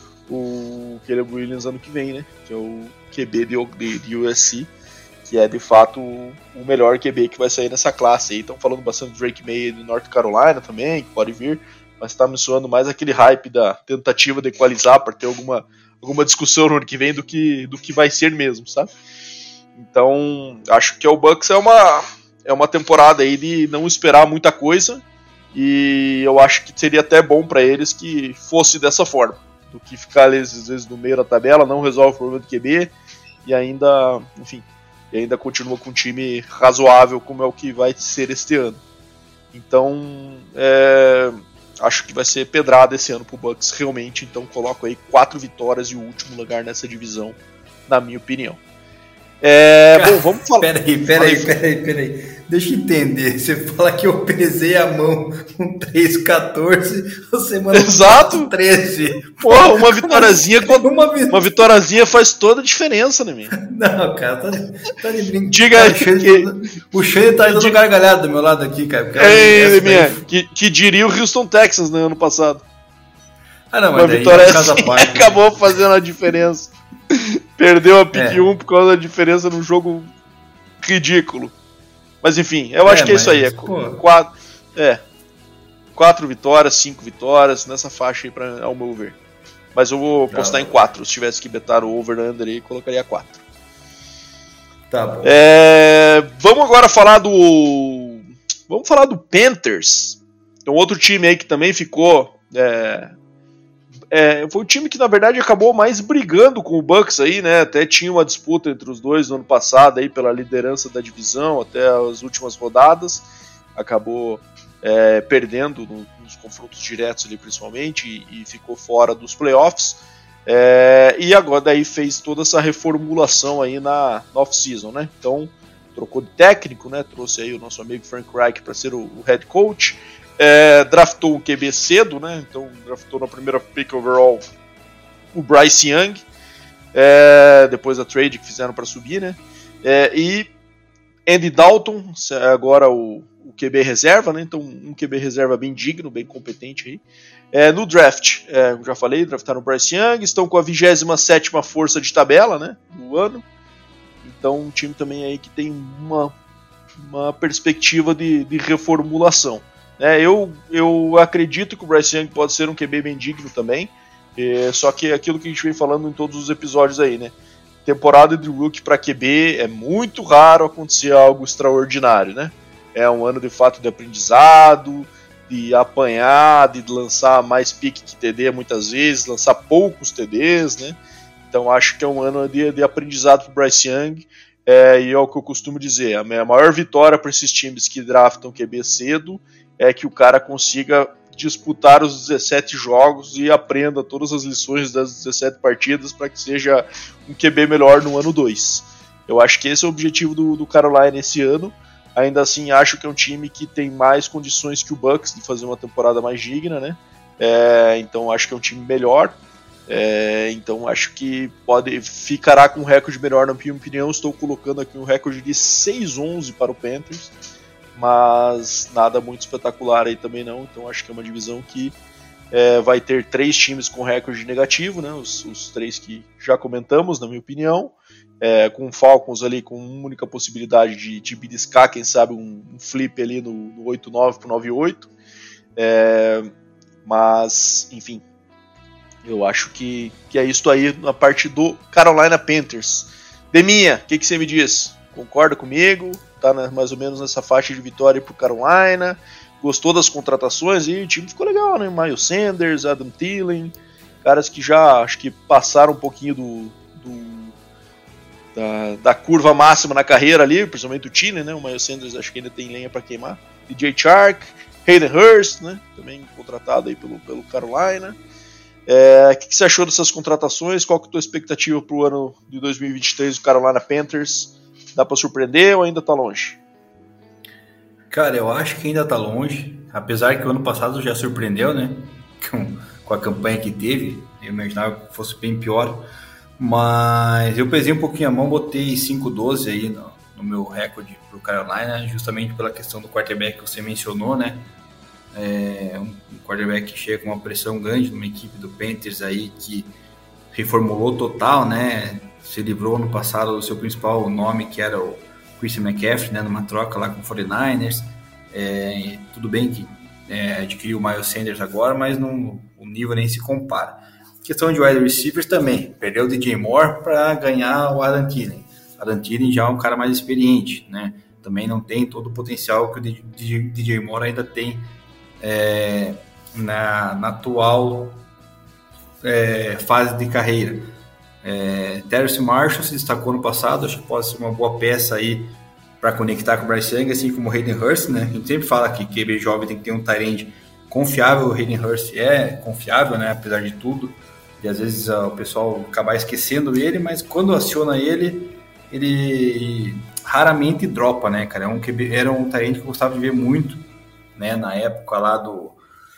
S3: o Caleb Williams ano que vem, né? Que é o Q B de, de, de U S C, que é de fato o, o melhor Q B que vai sair nessa classe aí. Estão falando bastante do Drake May de North Carolina também, que pode vir, mas está me soando mais aquele hype da tentativa de equalizar para ter alguma, alguma discussão no ano que vem do que, do que vai ser mesmo, sabe? Então, acho que o Bucs é uma, é uma temporada aí de não esperar muita coisa, e eu acho que seria até bom para eles que fosse dessa forma, do que ficar às vezes no meio da tabela, não resolve o problema do Q B, e ainda, enfim, e ainda continua com um time razoável como é o que vai ser este ano. Então, é, acho que vai ser pedrada esse ano pro Bucs, realmente, então coloco aí quatro vitórias e o último lugar nessa divisão, na minha opinião. É, cara, bom, vamos falar.
S4: Peraí, peraí, peraí, peraí. Deixa eu entender. Você fala que eu pesei a mão com três a quatorze, você manda
S3: Exato.
S4: treze.
S3: Porra, uma vitóriazinha quando... uma, vit... uma vitóriazinha faz toda a diferença, né, minha?
S4: Não, cara, tá de, tá de brincadeira.
S3: Diga aí.
S4: Que... O Xande tá dando gargalhado do meu lado aqui, cara.
S3: É, minha, que, que diria o Houston Texans, né, ano passado.
S4: Ah, não, mas
S3: uma
S4: daí
S3: vitória
S4: é casa parte,
S3: acabou né? fazendo a diferença. Perdeu a pick
S4: é.
S3: um por causa da diferença num jogo ridículo. Mas enfim, eu acho
S4: é,
S3: que é isso aí. É quatro, é, quatro vitórias, cinco vitórias, nessa faixa aí, pra, ao meu ver. Mas eu vou postar ah, em quatro. Se tivesse que betar o over-under aí, colocaria quatro.
S4: Tá bom.
S3: É, vamos agora falar do... Vamos falar do Panthers. Tem um outro time aí que também ficou... É, É, foi o time que na verdade acabou mais brigando com o Bucs aí, né? Até tinha uma disputa entre os dois no ano passado aí pela liderança da divisão até as últimas rodadas. Acabou é, perdendo no, nos confrontos diretos ali principalmente e, e ficou fora dos playoffs. É, e agora daí fez toda essa reformulação aí na, na off-season, né? Então trocou de técnico, né? Trouxe aí o nosso amigo Frank Reich para ser o, o head coach. É, draftou um Q B cedo, né? Então draftou na primeira pick overall o Bryce Young, é, depois da trade que fizeram para subir, né? É, e Andy Dalton, agora o, o Q B reserva, né? Então um Q B reserva bem digno, bem competente aí. É, no draft, é, como já falei, draftaram o Bryce Young, estão com a vigésima sétima força de tabela, né? Do ano. Então um time também aí que tem uma, uma perspectiva de, de reformulação. É, eu, eu acredito que o Bryce Young pode ser um Q B bem digno também, é, só que é aquilo que a gente vem falando em todos os episódios aí, né? temporada de rookie para Q B é muito raro acontecer algo extraordinário, né? É um ano de fato de aprendizado, de apanhar, de lançar mais pique que T D muitas vezes, lançar poucos T Ds, né? Então acho que é um ano de, de aprendizado para Bryce Young, é, e é o que eu costumo dizer, a minha maior vitória para esses times que draftam Q B cedo é que o cara consiga disputar os dezessete jogos e aprenda todas as lições das dezessete partidas para que seja um Q B melhor no ano dois. Eu acho que esse é o objetivo do, do Carolina esse ano. Ainda assim, acho que é um time que tem mais condições que o Bucks de fazer uma temporada mais digna, né? É, então acho que é um time melhor. É, então acho que pode ficará com um recorde melhor, na minha opinião. Estou colocando aqui um recorde de seis a onze para o Panthers, mas nada muito espetacular aí também não. Então acho que é uma divisão que é, vai ter três times com recorde negativo, né? Os, os três que já comentamos, na minha opinião. É, com o Falcons ali com uma única possibilidade de, de beliscar, quem sabe um, um flip ali no, no oito nove para o nove oito. É, mas, enfim, eu acho que, que é isso aí na parte do Carolina Panthers. Deminha, o que, que você me diz? Concorda comigo? Tá na, mais ou menos nessa faixa de vitória para o Carolina? Gostou das contratações? E o time ficou legal, né? Miles Sanders, Adam Thielen, caras que já acho que passaram um pouquinho do... do Da, da curva máxima na carreira ali, principalmente o Thielen, né? O Miles Sanders acho que ainda tem lenha para queimar. D J Chark, Hayden Hurst, né? Também contratado aí pelo, pelo Carolina. É, o que, que você achou dessas contratações? Qual que é a tua expectativa para o ano de dois mil e vinte e três do Carolina Panthers? Dá para surpreender ou ainda tá longe?
S4: Cara, eu acho que ainda tá longe, apesar que o ano passado já surpreendeu, né? Com, com a campanha que teve, eu imaginava que fosse bem pior. Mas eu pesei um pouquinho a mão, botei cinco a doze aí no, no meu recorde pro Carolina, justamente pela questão do quarterback que você mencionou, né? É um quarterback que chega com uma pressão grande numa equipe do Panthers aí que reformulou total, né? Se livrou no passado do seu principal nome, que era o Christian McCaffrey, né? Numa troca lá com o forty-niners. É, tudo bem que é, adquiriu o Miles Sanders agora, mas não, o nível nem se compara. Questão de wide receivers também, perdeu o D J Moore para ganhar o Adam Thielen. Adam Thielen já é um cara mais experiente, né? Também não tem todo o potencial que o D J Moore ainda tem é, na, na atual é, fase de carreira. É, Terrence Marshall se destacou no passado, acho que pode ser uma boa peça aí para conectar com o Bryce Young, assim como o Hayden Hurst, né? A gente sempre fala que Q B jovem tem que ter um tight end confiável, o Hayden Hurst é confiável, né? Apesar de tudo. E às vezes uh, o pessoal acaba esquecendo ele, mas quando aciona ele, ele raramente dropa, né, cara? É um, era um talento que eu gostava de ver muito, né, na época lá do,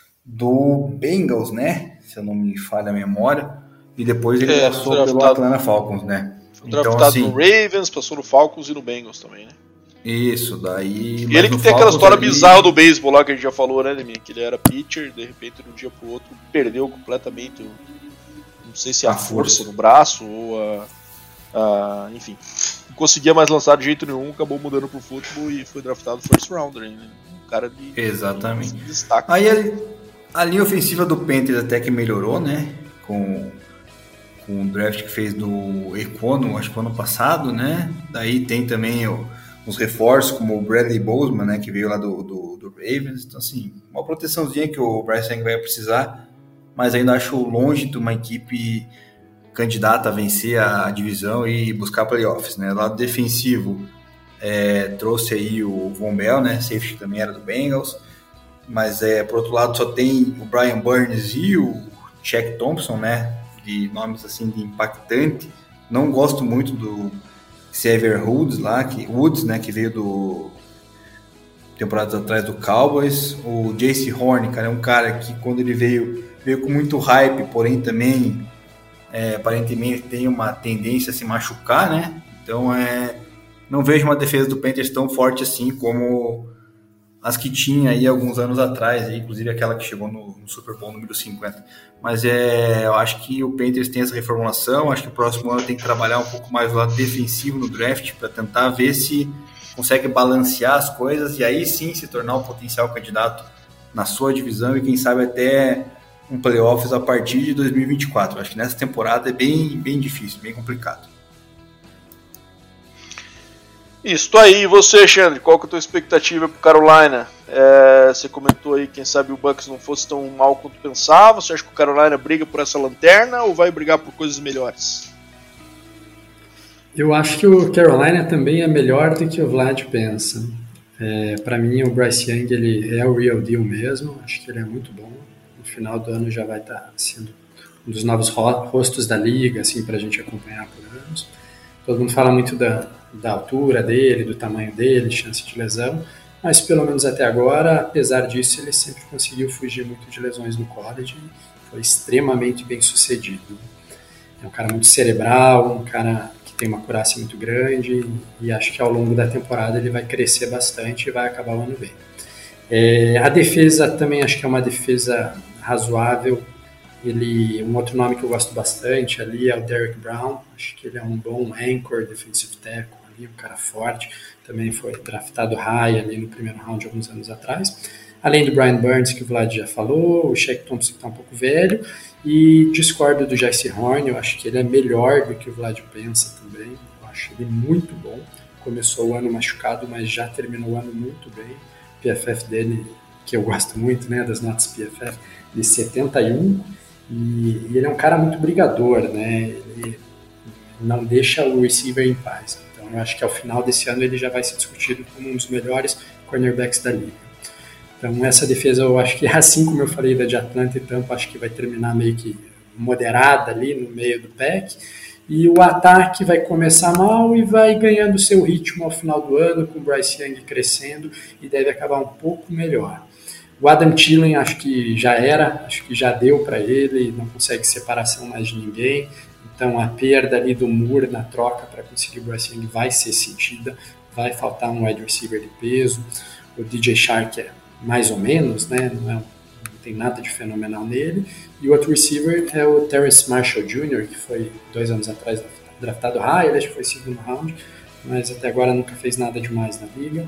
S4: do Bengals, né, se eu não me falha a memória, e depois ele é, passou pelo Atlanta Falcons, né?
S3: Foi draftado então, assim, no Ravens, passou no Falcons e no Bengals também, né?
S4: Isso, daí...
S3: E ele que tem aquela história ali... bizarra do beisebol lá que a gente já falou, né, Deminha? Que ele era pitcher, de repente, de um dia pro outro, perdeu completamente o... Não sei se a, a força, força no braço ou a, a... Enfim. Não conseguia mais lançar de jeito nenhum, acabou mudando pro futebol e foi draftado first rounder. Né? Um cara de,
S4: Exatamente.
S3: de destaque.
S4: Aí a, a linha ofensiva do Panthers até que melhorou, né? Com, com o draft que fez do Econo, acho que ano passado, né? Daí tem também o, os reforços, como o Bradley Bozeman, né? Que veio lá do, do, do Ravens. Então, assim, uma proteçãozinha que o Bryce Young vai precisar, mas ainda acho longe de uma equipe candidata a vencer a divisão e buscar playoffs, né? Lado defensivo, é, trouxe aí o Von Bell, né? Safety também era do Bengals, mas é, por outro lado só tem o Brian Burns e o Shaq Thompson, né? De nomes assim de impactante. Não gosto muito do Xavier Woods lá, que Woods, né? Que veio do temporadas atrás do Cowboys. O J C Horn, cara, é um cara que quando ele veio veio com muito hype, porém também é, aparentemente tem uma tendência a se machucar, né? Então é, não vejo uma defesa do Panthers tão forte assim como as que tinha aí alguns anos atrás, aí, inclusive aquela que chegou no, no Super Bowl número cinquenta. Mas é, eu acho que o Panthers tem essa reformulação, acho que o próximo ano tem que trabalhar um pouco mais o lado defensivo no draft para tentar ver se consegue balancear as coisas e aí sim se tornar um potencial candidato na sua divisão e quem sabe até um playoffs a partir de dois mil e vinte e quatro. Acho que nessa temporada é bem, bem difícil, bem complicado.
S3: Isso aí, e você, Alexandre, qual que é a tua expectativa pro Carolina? É, você comentou aí, quem sabe o Bucks não fosse tão mal quanto pensava. Você acha que o Carolina briga por essa lanterna ou vai brigar por coisas melhores?
S5: Eu acho que o Carolina também é melhor do que o Vlad pensa. É, para mim, o Bryce Young ele é o real deal mesmo. Acho que ele é muito bom. No final do ano já vai estar sendo um dos novos rostos da liga, assim, para a gente acompanhar por anos. Todo mundo fala muito da, da altura dele, do tamanho dele, chance de lesão, mas pelo menos até agora, apesar disso, ele sempre conseguiu fugir muito de lesões no college e foi extremamente bem sucedido. É um cara muito cerebral, um cara que tem uma acurácia muito grande e acho que ao longo da temporada ele vai crescer bastante e vai acabar o ano bem. É, a defesa também acho que é uma defesa razoável. Ele, um outro nome que eu gosto bastante ali é o Derrick Brown. Acho que ele é um bom anchor, defensive tackle ali, um cara forte. Também foi draftado high ali no primeiro round alguns anos atrás. Além do Brian Burns, que o Vlad já falou, o Shaq Thompson, que está um pouco velho, e discordo do Jaycee Horn. Eu acho que ele é melhor do que o Vlad pensa também. Eu acho ele muito bom. Começou o ano machucado, mas já terminou o ano muito bem. O P F F dele, que eu gosto muito, né, das notas P F F, de setenta e um. E, e ele é um cara muito brigador, né? Ele não deixa o receiver em paz. Então eu acho que ao final desse ano ele já vai ser discutido como um dos melhores cornerbacks da liga. Então essa defesa eu acho que, assim como eu falei da de Atlanta e Tampa, acho que vai terminar meio que moderada ali no meio do pack. E o ataque vai começar mal e vai ganhando seu ritmo ao final do ano, com o Bryce Young crescendo, e deve acabar um pouco melhor. O Adam Thielen acho que já era, acho que já deu para ele, não consegue separação mais de ninguém, então a perda ali do Moore na troca para conseguir o Bryce Young vai ser sentida, vai faltar um wide receiver de peso. O D J Shark é mais ou menos, né? não, é, não tem nada de fenomenal nele, e o outro receiver é o Terrence Marshall Júnior, que foi dois anos atrás draftado high, ele acho que foi segundo round, mas até agora nunca fez nada demais na liga.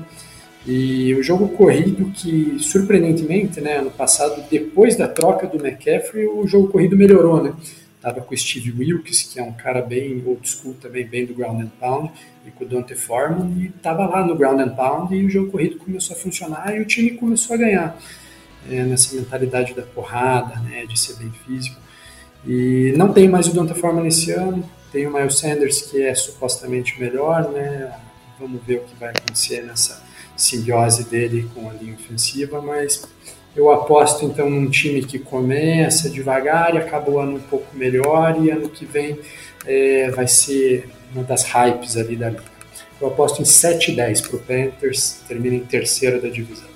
S5: E o jogo corrido que, surpreendentemente, né, ano passado, depois da troca do McCaffrey, o jogo corrido melhorou, né? Tava com o Steve Wilkes, que é um cara bem old school também, bem do ground and pound, e com o Dante Foreman, e tava lá no ground and pound, e o jogo corrido começou a funcionar, e o time começou a ganhar, é, nessa mentalidade da porrada, né, de ser bem físico. E não tem mais o Dante Foreman esse ano, tem o Miles Sanders, que é supostamente melhor, né? Vamos ver o que vai acontecer nessa simbiose dele com a linha ofensiva, mas eu aposto então num time que começa devagar e acaba o ano um pouco melhor, e ano que vem é, vai ser uma das hypes ali da liga. Eu aposto em sete a dez para o Panthers, termina em terceiro da divisão.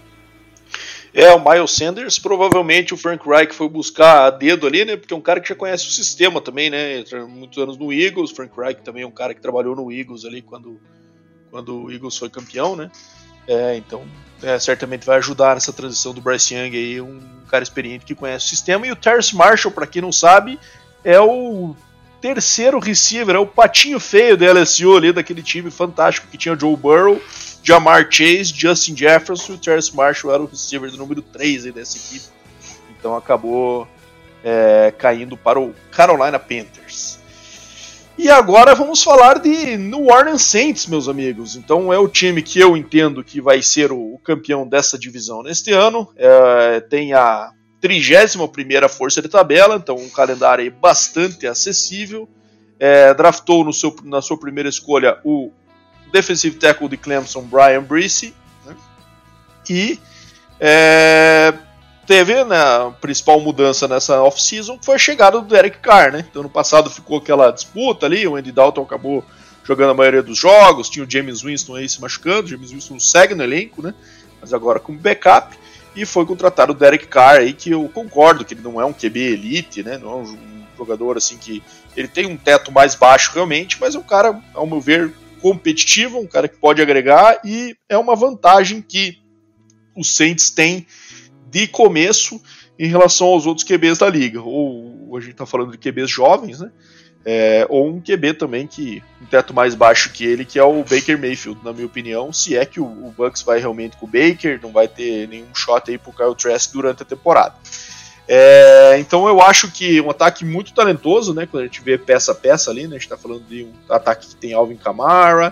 S3: É, o Miles Sanders, provavelmente o Frank Reich foi buscar a dedo ali, né, porque é um cara que já conhece o sistema também, né, muitos anos no Eagles. Frank Reich também é um cara que trabalhou no Eagles ali quando quando o Eagles foi campeão, né? É, então, é, certamente vai ajudar nessa transição do Bryce Young aí, um cara experiente que conhece o sistema. E o Terrence Marshall, para quem não sabe, é o terceiro receiver, é o patinho feio da L S U ali, daquele time fantástico que tinha o Joe Burrow, Ja'Marr Chase, Justin Jefferson, e o Terrence Marshall era o receiver do número três aí dessa equipe. Então acabou é, caindo para o Carolina Panthers. E agora vamos falar de New Orleans Saints, meus amigos. Então é o time que eu entendo que vai ser o, o campeão dessa divisão neste ano. É, tem a trigésima primeira força de tabela, então um calendário aí bastante acessível. É, draftou no seu, na sua primeira escolha o defensive tackle de Clemson, Brian Bresee, né? E é, teve, né, a principal mudança nessa off-season, que foi a chegada do Derek Carr, né? Então, no passado ficou aquela disputa ali, o Andy Dalton acabou jogando a maioria dos jogos, tinha o James Winston aí se machucando, o James Winston segue no elenco, né? Mas agora como backup, e foi contratado o Derek Carr aí, que eu concordo que ele não é um Q B elite, né? Não é um jogador assim que... Ele tem um teto mais baixo realmente, mas é um cara, ao meu ver, competitivo, um cara que pode agregar, e é uma vantagem que os Saints têm de começo em relação aos outros Q Bs da liga. Ou a gente está falando de Q Bs jovens, né? É, ou um Q B também que um teto mais baixo que ele, que é o Baker Mayfield, na minha opinião, se é que o, o Bucks vai realmente com o Baker, não vai ter nenhum shot aí pro Kyle Trask durante a temporada. É, então eu acho que um ataque muito talentoso, né? Quando a gente vê peça a peça ali, né? A gente tá falando de um ataque que tem Alvin Kamara,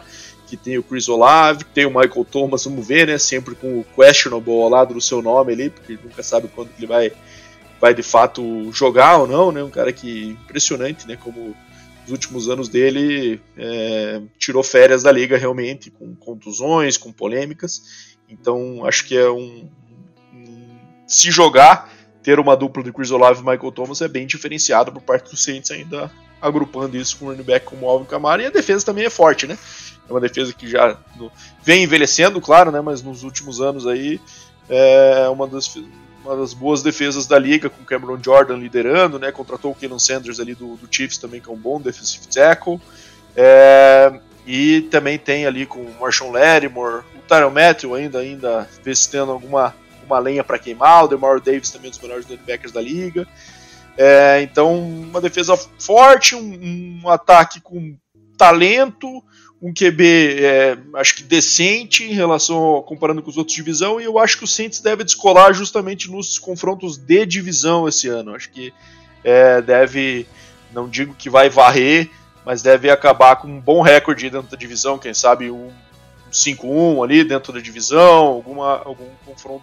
S3: que tem o Chris Olave, tem o Michael Thomas, vamos ver, né, sempre com o questionable ao lado do seu nome ali, porque nunca sabe quando ele vai, vai de fato jogar ou não, né, um cara que impressionante, né, como os últimos anos dele é, tirou férias da liga realmente, com contusões, com polêmicas, então acho que é um, um se jogar, ter uma dupla de Chris Olave e Michael Thomas é bem diferenciado por parte do Saints, ainda agrupando isso com o running back como o Alvin Kamara, e a defesa também é forte, né? É uma defesa que já no, vem envelhecendo, claro, né? Mas nos últimos anos aí é uma das, uma das boas defesas da liga, com Cameron Jordan liderando, né? Contratou o Keelan Sanders ali do, do Chiefs também, que é um bom defensive tackle. É, e também tem ali com o Marshawn Lattimore, o Tyrann Mathieu ainda, ainda vê se tendo alguma uma lenha para queimar, o DeMar Davis também é um dos melhores linebackers da liga. É, então, uma defesa forte, um, um ataque com talento, um Q B, é, acho que decente em relação, comparando com os outros de divisão, e eu acho que o Saints deve descolar justamente nos confrontos de divisão esse ano. Acho que é, deve, não digo que vai varrer, mas deve acabar com um bom recorde dentro da divisão, quem sabe um cinco a um ali dentro da divisão, alguma, algum confronto,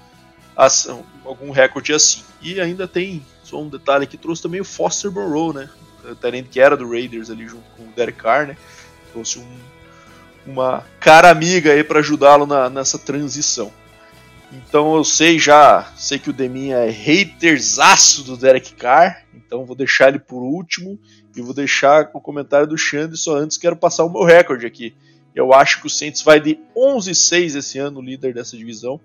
S3: algum recorde assim. E ainda tem só um detalhe que trouxe também o Foster Moreau, né? O talento que era do Raiders ali junto com o Derek Carr, né? Trouxe um, uma cara amiga aí para ajudá-lo na, nessa transição. Então eu sei já, sei que o Deminha é haterzaço do Derek Carr, então vou deixar ele por último e vou deixar o comentário do Xande, só antes quero passar o meu recorde aqui. Eu acho que o Saints vai de onze a seis esse ano, líder dessa divisão,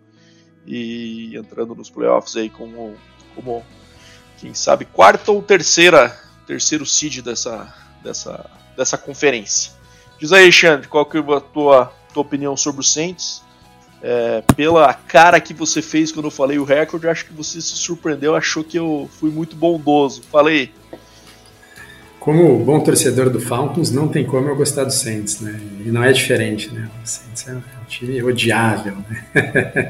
S3: e entrando nos playoffs aí como, como quem sabe, quarta ou terceira, terceiro seed dessa, dessa, dessa conferência. Diz aí, Xande, qual que é a tua, tua opinião sobre o Saints? É, pela cara que você fez quando eu falei o recorde, acho que você se surpreendeu, achou que eu fui muito bondoso. Falei.
S5: Como bom torcedor do Falcons, não tem como eu gostar do Saints, né? E não é diferente, né? O Saints é um time odiável, né?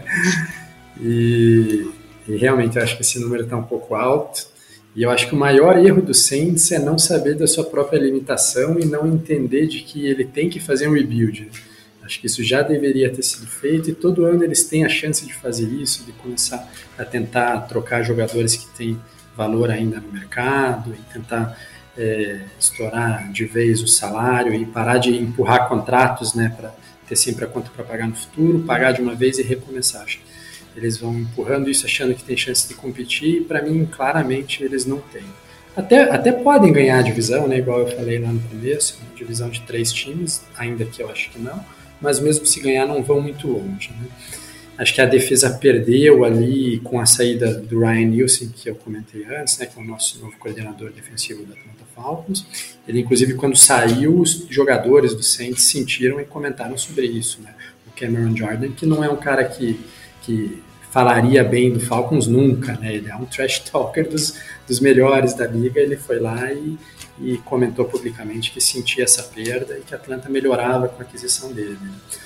S5: e, e realmente eu acho que esse número está um pouco alto. E eu acho que o maior erro do Saints é não saber da sua própria limitação e não entender de que ele tem que fazer um rebuild. Acho que isso já deveria ter sido feito e todo ano eles têm a chance de fazer isso, de começar a tentar trocar jogadores que têm valor ainda no mercado e tentar é, estourar de vez o salário e parar de empurrar contratos, né, para ter sempre a conta para pagar no futuro, pagar de uma vez e recomeçar. Eles vão empurrando isso achando que tem chance de competir e para mim claramente eles não têm. Até, até podem ganhar a divisão, né, igual eu falei lá no começo, uma divisão de três times, ainda que eu acho que não, mas mesmo se ganhar não vão muito longe, né? Acho que a defesa perdeu ali com a saída do Ryan Nielsen, que eu comentei antes, né, que é o nosso novo coordenador defensivo da Atlanta Falcons. Ele, inclusive, quando saiu, os jogadores do Saints sentiram e comentaram sobre isso, né? O Cameron Jordan, que não é um cara que, que falaria bem do Falcons nunca, né? Ele é um trash talker dos, dos melhores da liga, ele foi lá e, e comentou publicamente que sentia essa perda e que a Atlanta melhorava com a aquisição dele.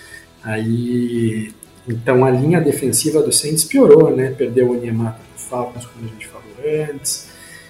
S5: Aí, então a linha defensiva do Saints piorou, né? Perdeu o Onyemata para o Falcons, como a gente falou antes,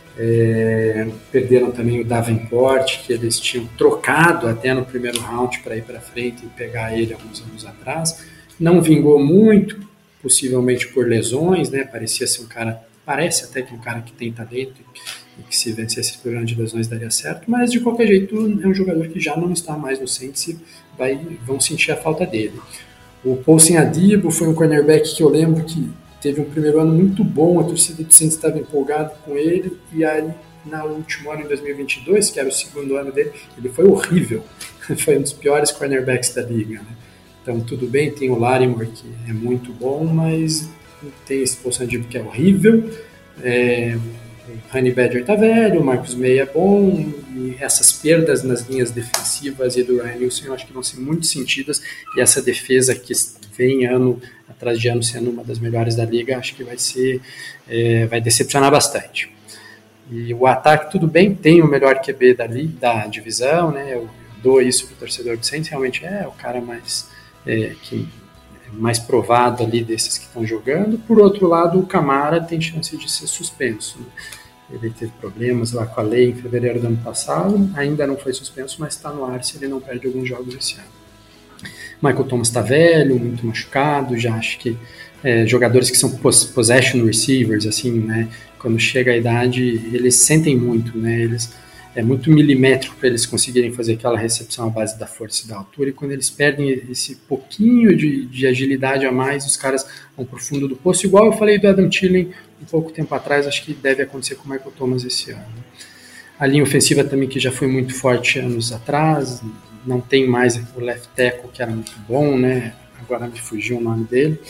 S5: é, perderam também o Davenport, que eles tinham trocado até no primeiro round para ir para frente e pegar ele alguns anos atrás, não vingou muito, possivelmente por lesões, né? Parecia ser um cara, parece até que um cara que tem talento e que se vencesse esse problema de lesões daria certo, mas de qualquer jeito é um jogador que já não está mais no Saints e vai, vão sentir a falta dele. O Paulson Adebo foi um cornerback que eu lembro que teve um primeiro ano muito bom, a torcida do Saints estava empolgada com ele, e aí no último ano, em dois mil e vinte e dois, que era o segundo ano dele, ele foi horrível, foi um dos piores cornerbacks da liga, né? Então tudo bem, tem o Lattimore que é muito bom, mas tem esse Paulson Adebo que é horrível, é, o Honey Badger tá velho, o Marcus May é bom, e essas perdas nas linhas defensivas e do Ryan Nielsen eu acho que vão ser muito sentidas, e essa defesa que vem ano atrás de ano sendo uma das melhores da liga, acho que vai ser, é, vai decepcionar bastante. E o ataque, tudo bem, tem o melhor Q B da, da divisão, né? Eu dou isso pro torcedor do Saints, realmente é o cara mais, é, que, mais provado ali desses que estão jogando. Por outro lado, o Kamara tem chance de ser suspenso, né? Ele teve problemas lá com a lei em fevereiro do ano passado, ainda não foi suspenso, mas está no ar se ele não perde alguns jogos esse ano. Michael Thomas está velho, muito machucado, já acho que é, jogadores que são possession receivers, assim, né, quando chega a idade, eles sentem muito, né, eles, é muito milimétrico para eles conseguirem fazer aquela recepção à base da força e da altura, e quando eles perdem esse pouquinho de, de agilidade a mais, os caras vão pro fundo do poço, igual eu falei do Adam Thielen um pouco tempo atrás, acho que deve acontecer com o Michael Thomas esse ano. A linha ofensiva também, que já foi muito forte anos atrás, não tem mais o left tackle, que era muito bom, né, agora me fugiu o nome dele.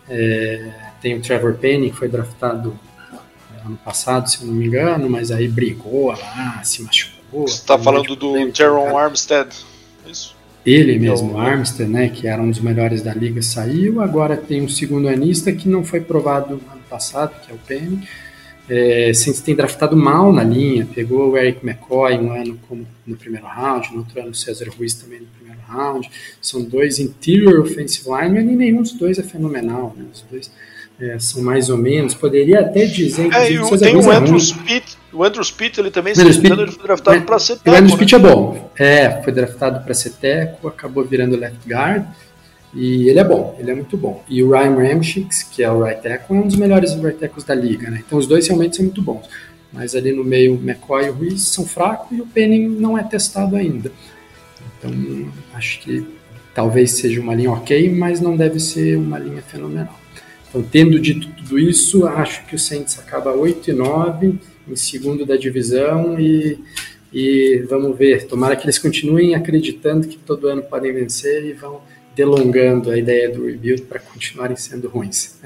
S5: É, tem o Trevor Penny, que foi draftado ano passado, se eu não me engano, mas aí brigou lá, se machucou.
S3: Você está falando do Teron Armstead, isso?
S5: Ele mesmo, o Armstead, né, que era um dos melhores da liga, saiu. Agora tem um segundo anista que não foi provado ano passado, que é o Penny. É, Saints tem draftado mal na linha, pegou o Eric McCoy um ano como no primeiro round, no outro ano o Cesar Ruiz também no primeiro round. São dois interior offensive linemen e nenhum dos dois é fenomenal, né? Os dois é, são mais ou menos, poderia até dizer...
S3: É, e tem o Andrew Speed, o Andrew Speed, ele também, se não me engano, ele foi draftado
S5: é,
S3: para ser teco.
S5: O Andrew Speed, né? É bom, é, foi draftado para ser teco, acabou virando left guard, e ele é bom, ele é muito bom. E o Ryan Ramczyk, que é o right tackle, é um dos melhores right tackles da liga, né? Então os dois realmente são muito bons. Mas ali no meio, o McCoy e o Ruiz são fracos e o Penning não é testado ainda. Então acho que talvez seja uma linha ok, mas não deve ser uma linha fenomenal. Então, tendo dito tudo isso, acho que o Saints acaba oito e nove, em segundo da divisão, e, e vamos ver, tomara que eles continuem acreditando que todo ano podem vencer e vão delongando a ideia do rebuild para continuarem sendo ruins.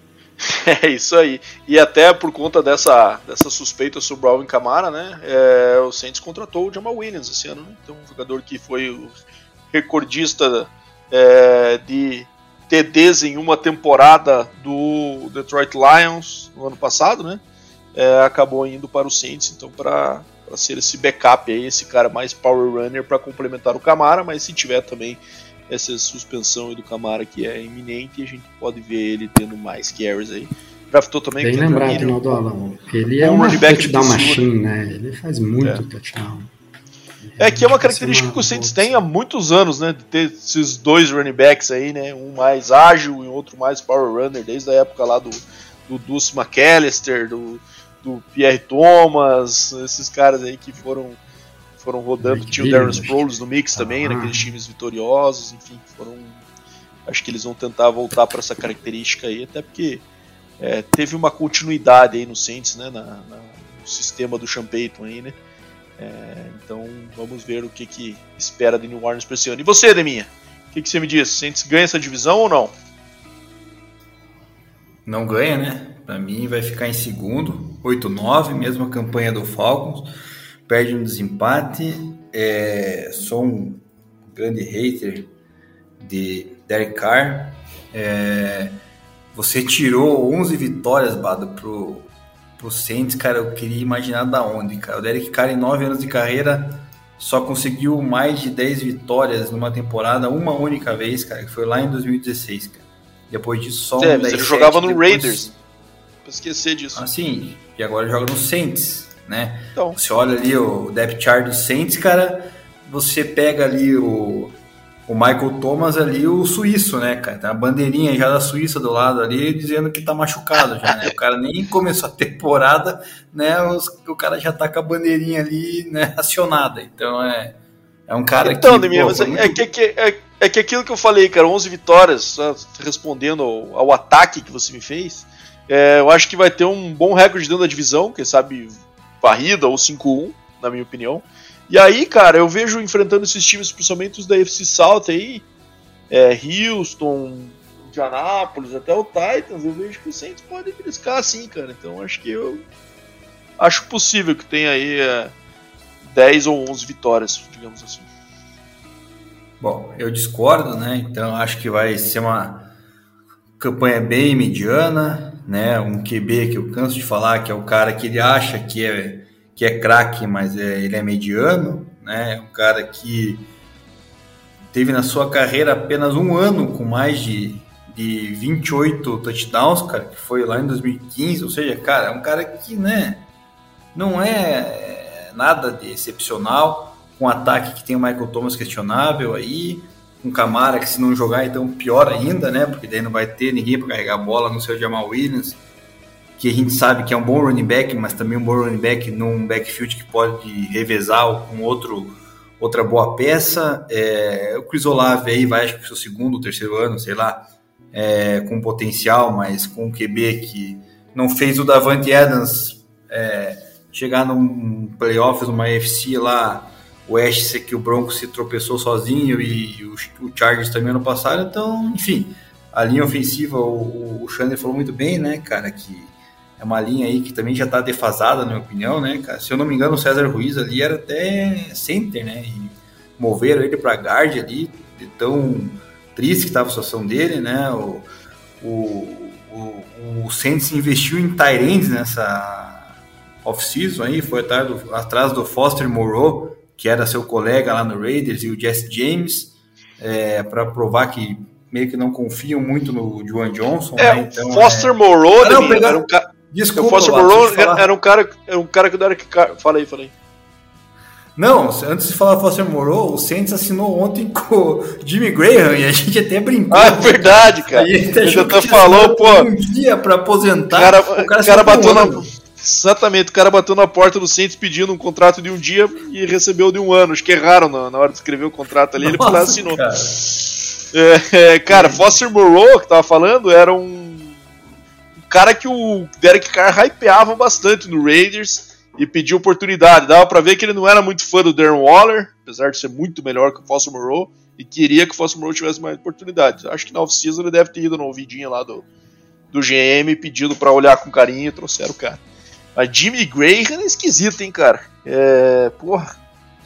S3: É isso aí. E até por conta dessa, dessa suspeita sobre o Alvin Kamara, né, é, o Saints contratou o Jamal Williams esse ano, né? Então, um jogador que foi o recordista é, de T Ds em uma temporada do Detroit Lions no ano passado, né, é, acabou indo para o Saints, então, para ser esse backup aí, esse cara mais power runner para complementar o Kamara, mas se tiver também essa suspensão aí do Kamara que é iminente, a gente pode ver ele tendo mais carries aí. Draftou também.
S5: Bem lembrado, Naldo. Ele é um touchdown machine, né? Ele faz muito é. touchdown.
S3: É que é uma característica que o Saints tem há muitos anos, né? De ter esses dois running backs aí, né? Um mais ágil e outro mais power runner, desde a época lá do, do Deuce McAllister, do, do Pierre Thomas, esses caras aí que foram foram rodando, tinha o Darren Sproles no mix também, ah. naqueles times vitoriosos, enfim, foram, acho que eles vão tentar voltar para essa característica aí, até porque é, teve uma continuidade aí no Saints, né, na, na, no sistema do Sean Payton aí, né, é, então vamos ver o que que espera de New Orleans para esse ano. E você, Deminha, o que que você me diz, Saints ganha essa divisão ou não?
S4: Não ganha, né, para mim vai ficar em segundo, oito nove, mesma campanha do Falcons, perde um desempate. É, sou um grande hater de Derek Carr. É, você tirou onze vitórias, Bado, pro, pro Saints, cara. Eu queria imaginar da onde, cara. O Derek Carr, em nove anos de carreira, só conseguiu mais de dez vitórias numa temporada uma única vez, cara, que foi lá em dois mil e dezesseis, cara. Depois disso, só
S3: é,
S4: um dez,
S3: ele jogava no
S4: depois...
S3: Raiders, pra esquecer disso.
S4: Ah, sim, e agora joga no Saints, né?
S3: Então.
S4: Você olha ali o depth chart do Saints, cara, você pega ali o, o Michael Thomas ali, o suíço, né, cara? Tem a bandeirinha já da Suíça do lado ali, dizendo que tá machucado já, né? O cara nem começou a temporada, né? Os, o cara já tá com a bandeirinha ali, né, acionada. Então, é, é um cara
S3: então,
S4: que...
S3: Então, é, muito... é, que, é, é que aquilo que eu falei, cara, onze vitórias, respondendo ao, ao ataque que você me fez, é, eu acho que vai ter um bom recorde dentro da divisão, quem sabe... varrida ou cinco a um, na minha opinião. E aí, cara, eu vejo enfrentando esses times, principalmente os da A F C South aí, é, Houston, Indianapolis, até o Titans, eu vejo que o Saints pode briscar assim, cara. Então acho que eu acho possível que tenha aí é, dez ou onze vitórias, digamos assim.
S4: Bom, eu discordo, né? Então acho que vai ser uma campanha bem mediana, né? Um Q B que eu canso de falar que é o cara que ele acha que é, que é craque, mas é, ele é mediano, né? Um cara que teve na sua carreira apenas um ano com mais de, de vinte e oito touchdowns, cara, que foi lá em dois mil e quinze, ou seja, cara, é um cara que, né, não é nada de excepcional, com um ataque que tem o Michael Thomas questionável aí, com Camara, que se não jogar, então pior ainda, né? Porque daí não vai ter ninguém para carregar a bola, no seu Jamal Williams, que a gente sabe que é um bom running back, mas também um bom running back num backfield que pode revezar com outro, outra boa peça. É, o Chris Olave aí vai, acho que o seu segundo, terceiro ano, sei lá, é, com potencial, mas com um Q B que não fez o Davante Adams é, chegar num playoffs, numa A F C lá, o West, que o Broncos se tropeçou sozinho e o, o Chargers também ano passado. Então, enfim, a linha ofensiva, o, o Xander falou muito bem, né, cara, que é uma linha aí que também já tá defasada, na minha opinião, né, cara. Se eu não me engano, o César Ruiz ali era até center, né, e moveram ele pra guard ali, de tão triste que tava a situação dele, né. O, o, o, o Saints investiu em tight ends nessa off-season aí, foi atrás do, atrás do Foster Moreau, que era seu colega lá no Raiders, e o Jesse James, é, para provar que meio que não confiam muito no Juwan Johnson.
S3: É,
S4: né? Então,
S3: Foster
S4: é...
S3: Moreau,
S4: ah, não,
S3: era um cara...
S4: Desculpa,
S3: o Foster
S4: lá,
S3: Moreau era um cara, era um cara que não era que... Fala aí, fala aí.
S4: Não, antes de falar Foster Moreau, o Saints assinou ontem com o Jimmy Graham e a gente até brincou.
S3: Ah, é verdade, cara.
S4: A gente achou
S3: até falou, pô,
S4: um dia para aposentar.
S3: Cara,
S4: o cara,
S3: o cara bateu na... Exatamente, o cara bateu na porta do Saints pedindo um contrato de um dia e recebeu de um ano. Acho que erraram na, na hora de escrever o contrato ali. Ele foi lá e assinou. Cara, é, é, cara Foster Moreau, que tava falando, era um, um cara que o Derek Carr hypeava bastante no Raiders e pediu oportunidade. Dava pra ver que ele não era muito fã do Darren Waller, apesar de ser muito melhor que o Foster Moreau, e queria que o Foster Moreau tivesse mais oportunidades. Acho que na off-season ele deve ter ido na ouvidinha lá do, do G M, pedido pra olhar com carinho e trouxeram o cara. Mas Jimmy Graham é esquisito, hein, cara? É. Porra.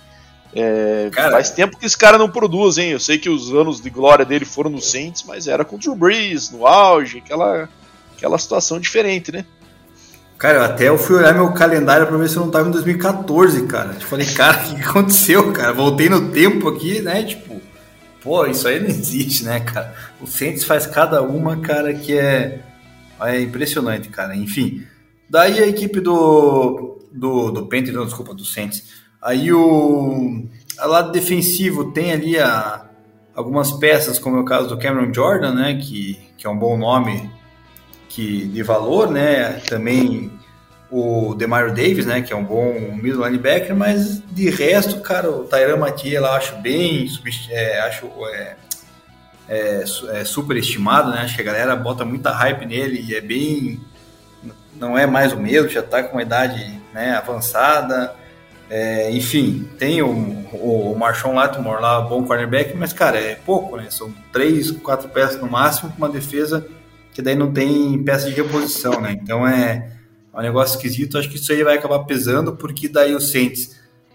S3: É, cara, faz tempo que esse cara não produz, hein? Eu sei que os anos de glória dele foram no Saints, mas era com o Drew Brees, no auge, aquela, aquela situação diferente, né?
S4: Cara, até eu fui olhar meu calendário pra ver se eu não tava em dois mil e catorze, cara. Eu falei, cara, o que aconteceu, cara? Voltei no tempo aqui, né? Tipo, pô, isso aí não existe, né, cara? O Saints faz cada uma, cara, que é, é impressionante, cara. Enfim. Daí a equipe do, do, do Panthers, não, desculpa, do Saints. Aí o a lado defensivo tem ali a, algumas peças, como é o caso do Cameron Jordan, né, que, que é um bom nome que, de valor, né, também o Demario Davis, né, que é um bom middle linebacker, mas de resto, cara, o Tyrann Mathieu eu acho bem, é, acho é, é, é super estimado, né, acho que a galera bota muita hype nele e é bem... não é mais o mesmo, já está com uma idade, né, avançada, é, enfim, tem o, o Marshawn Lattimore lá, bom cornerback, mas, cara, é pouco, né, são três, quatro peças no máximo, com uma defesa que daí não tem peça de reposição, né, então é um negócio esquisito. Acho que isso aí vai acabar pesando, porque daí o Saints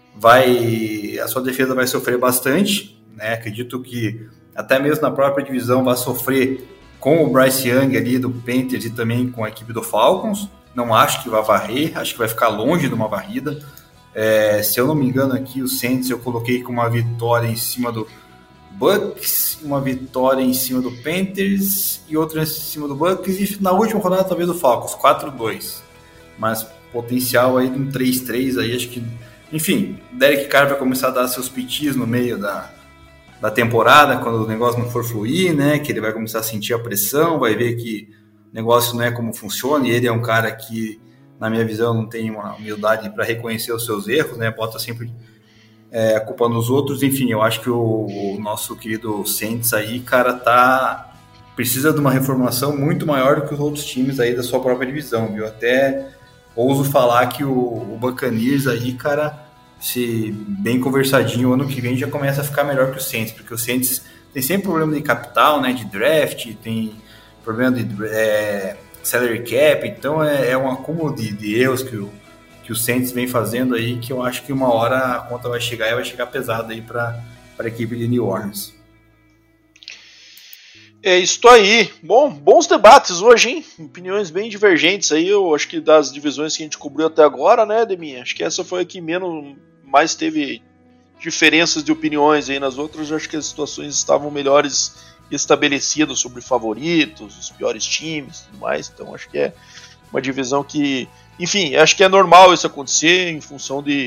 S4: vai, a sua defesa vai sofrer bastante, né, acredito que até mesmo na própria divisão vai sofrer com o Bryce Young ali do Panthers e também com a equipe do Falcons. Não acho que vai varrer, acho que vai ficar longe de uma varrida. É, se eu não me engano aqui, o Saints eu coloquei com uma vitória em cima do Bucks, uma vitória em cima do Panthers e outra em cima do Bucks, e na última rodada talvez do Falcons, quatro a dois. Mas potencial aí de um três a três aí, acho que... Enfim, Derek Carr vai começar a dar seus pitis no meio da... da temporada, quando o negócio não for fluir, né, que ele vai começar a sentir a pressão, vai ver que o negócio não é como funciona, e ele é um cara que, na minha visão, não tem uma humildade para reconhecer os seus erros, né, bota sempre é, a culpa nos outros. Enfim, eu acho que o, o nosso querido Saints aí, cara, tá, precisa de uma reformulação muito maior do que os outros times aí da sua própria divisão, viu, até ouso falar que o, o Buccaneers aí, cara, se bem conversadinho, o ano que vem já começa a ficar melhor que o Saints, porque o Saints tem sempre problema de capital, né, de draft, tem problema de é, salary cap, então é, é um acúmulo de, de erros que o, que o Saints vem fazendo aí, que eu acho que uma hora a conta vai chegar e vai chegar pesada aí para a equipe de New Orleans.
S3: É isso aí. Bom, bons debates hoje, hein? Opiniões bem divergentes aí, eu acho que das divisões que a gente cobriu até agora, né, Deminha? Acho que essa foi a que menos, mais teve diferenças de opiniões aí. Nas outras, eu acho que as situações estavam melhores estabelecidas sobre favoritos, os piores times e tudo mais. Então, acho que é uma divisão que... Enfim, acho que é normal isso acontecer em função de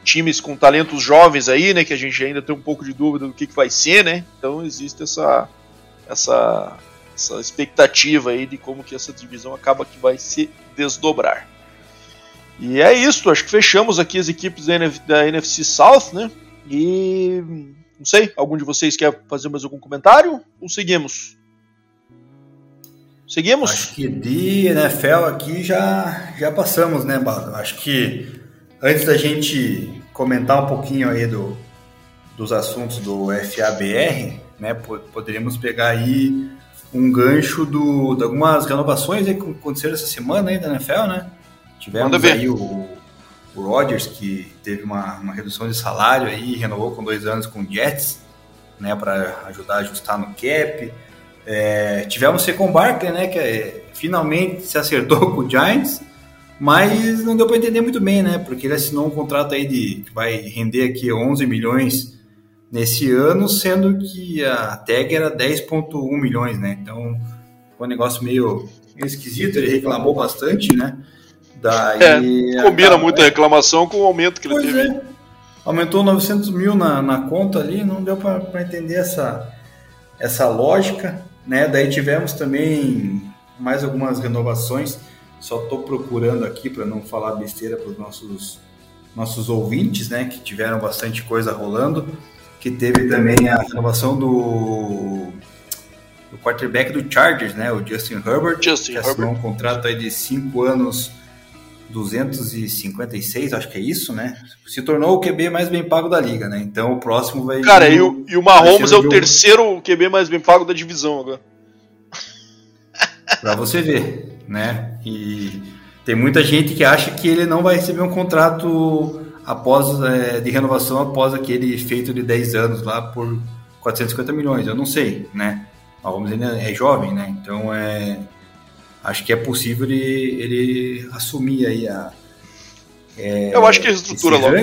S3: times com talentos jovens aí, né, que a gente ainda tem um pouco de dúvida do que, que vai ser, né, então existe essa, essa, essa expectativa aí de como que essa divisão acaba que vai se desdobrar. E é isso, acho que fechamos aqui as equipes da, N F, da N F C South, né, e não sei, algum de vocês quer fazer mais algum comentário ou seguimos? Seguimos?
S4: Acho que de N F L aqui já, já passamos, né, Bado? Acho que antes da gente comentar um pouquinho aí do, dos assuntos do F A B R, né, poderíamos pegar aí um gancho do, de algumas renovações aí que aconteceram essa semana aí da N F L, né? Tivemos aí o, o Rodgers, que teve uma, uma redução de salário aí, renovou com dois anos com o Jets, né, para ajudar a ajustar no cap. É, tivemos o Saquon Barkley, né, que é, finalmente se acertou com o Giants, mas não deu para entender muito bem, né, porque ele assinou um contrato aí de, que vai render aqui onze milhões nesse ano, sendo que a tag era dez vírgula um milhões, né, então foi um negócio meio, meio esquisito, ele reclamou bastante, né. Daí,
S3: é, combina acaba, muito a reclamação com o aumento que ele teve.
S4: É. Aumentou novecentos mil na, na conta ali, não deu para entender essa, essa lógica, né? Daí tivemos também mais algumas renovações, só estou procurando aqui para não falar besteira para os nossos, nossos ouvintes, né? Que tiveram bastante coisa rolando, que teve também a renovação do, do quarterback do Chargers, né? O Justin Herbert,
S3: Justin
S4: que assinou
S3: Herbert.
S4: um contrato aí de cinco anos, duzentos e cinquenta e seis, acho que é isso, né? Se tornou o Q B mais bem pago da liga, né? Então o próximo vai...
S3: Cara, e o, e o Mahomes é o terceiro Q B mais bem pago da divisão agora.
S4: Pra você ver, né? E tem muita gente que acha que ele não vai receber um contrato após, é, de renovação após aquele feito de dez anos lá por quatrocentos e cinquenta milhões. Eu não sei, né? O Mahomes ainda é jovem, né? Então é... acho que é possível ele, ele assumir aí a... É,
S3: eu acho que a estrutura logo.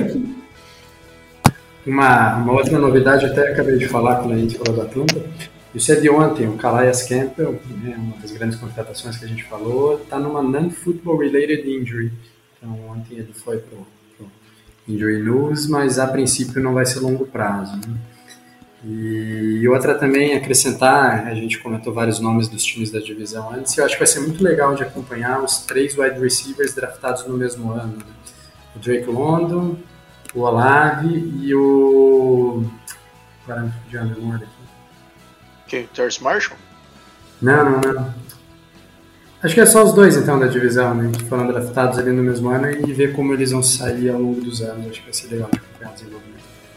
S5: Uma, uma outra novidade, até acabei de falar quando a gente falou da Atlanta, isso é de ontem, o Calais Campbell, né, uma das grandes contratações que a gente falou, está numa non-football related injury. Então ontem ele foi para o injury news, mas a princípio não vai ser longo prazo, né? E outra também, acrescentar, a gente comentou vários nomes dos times da divisão antes, e eu acho que vai ser muito legal de acompanhar os três wide receivers draftados no mesmo ano, né? O Drake London, o Olave e o... Agora me fugiu a memória aqui.
S3: Quem? Terrence Marshall?
S5: Não, não, não. Acho que é só os dois, então, da divisão, né? Que foram draftados ali no mesmo ano e ver como eles vão sair ao longo dos anos. Acho que vai ser legal de acompanhar o desenvolvimento.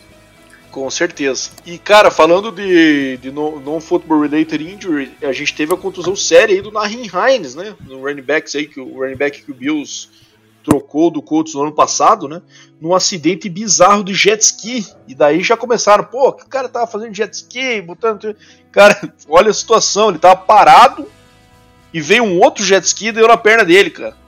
S3: Com certeza. E, cara, falando de, de non-football related injury, a gente teve a contusão séria aí do Nyheim Hines, né? No running back aí, que o running back que o Bills trocou do Colts no ano passado, né? Num acidente bizarro de jet ski. E daí já começaram, pô, que o cara tava fazendo jet ski, botando... Cara, olha a situação, ele tava parado e veio um outro jet ski e deu na perna dele, cara.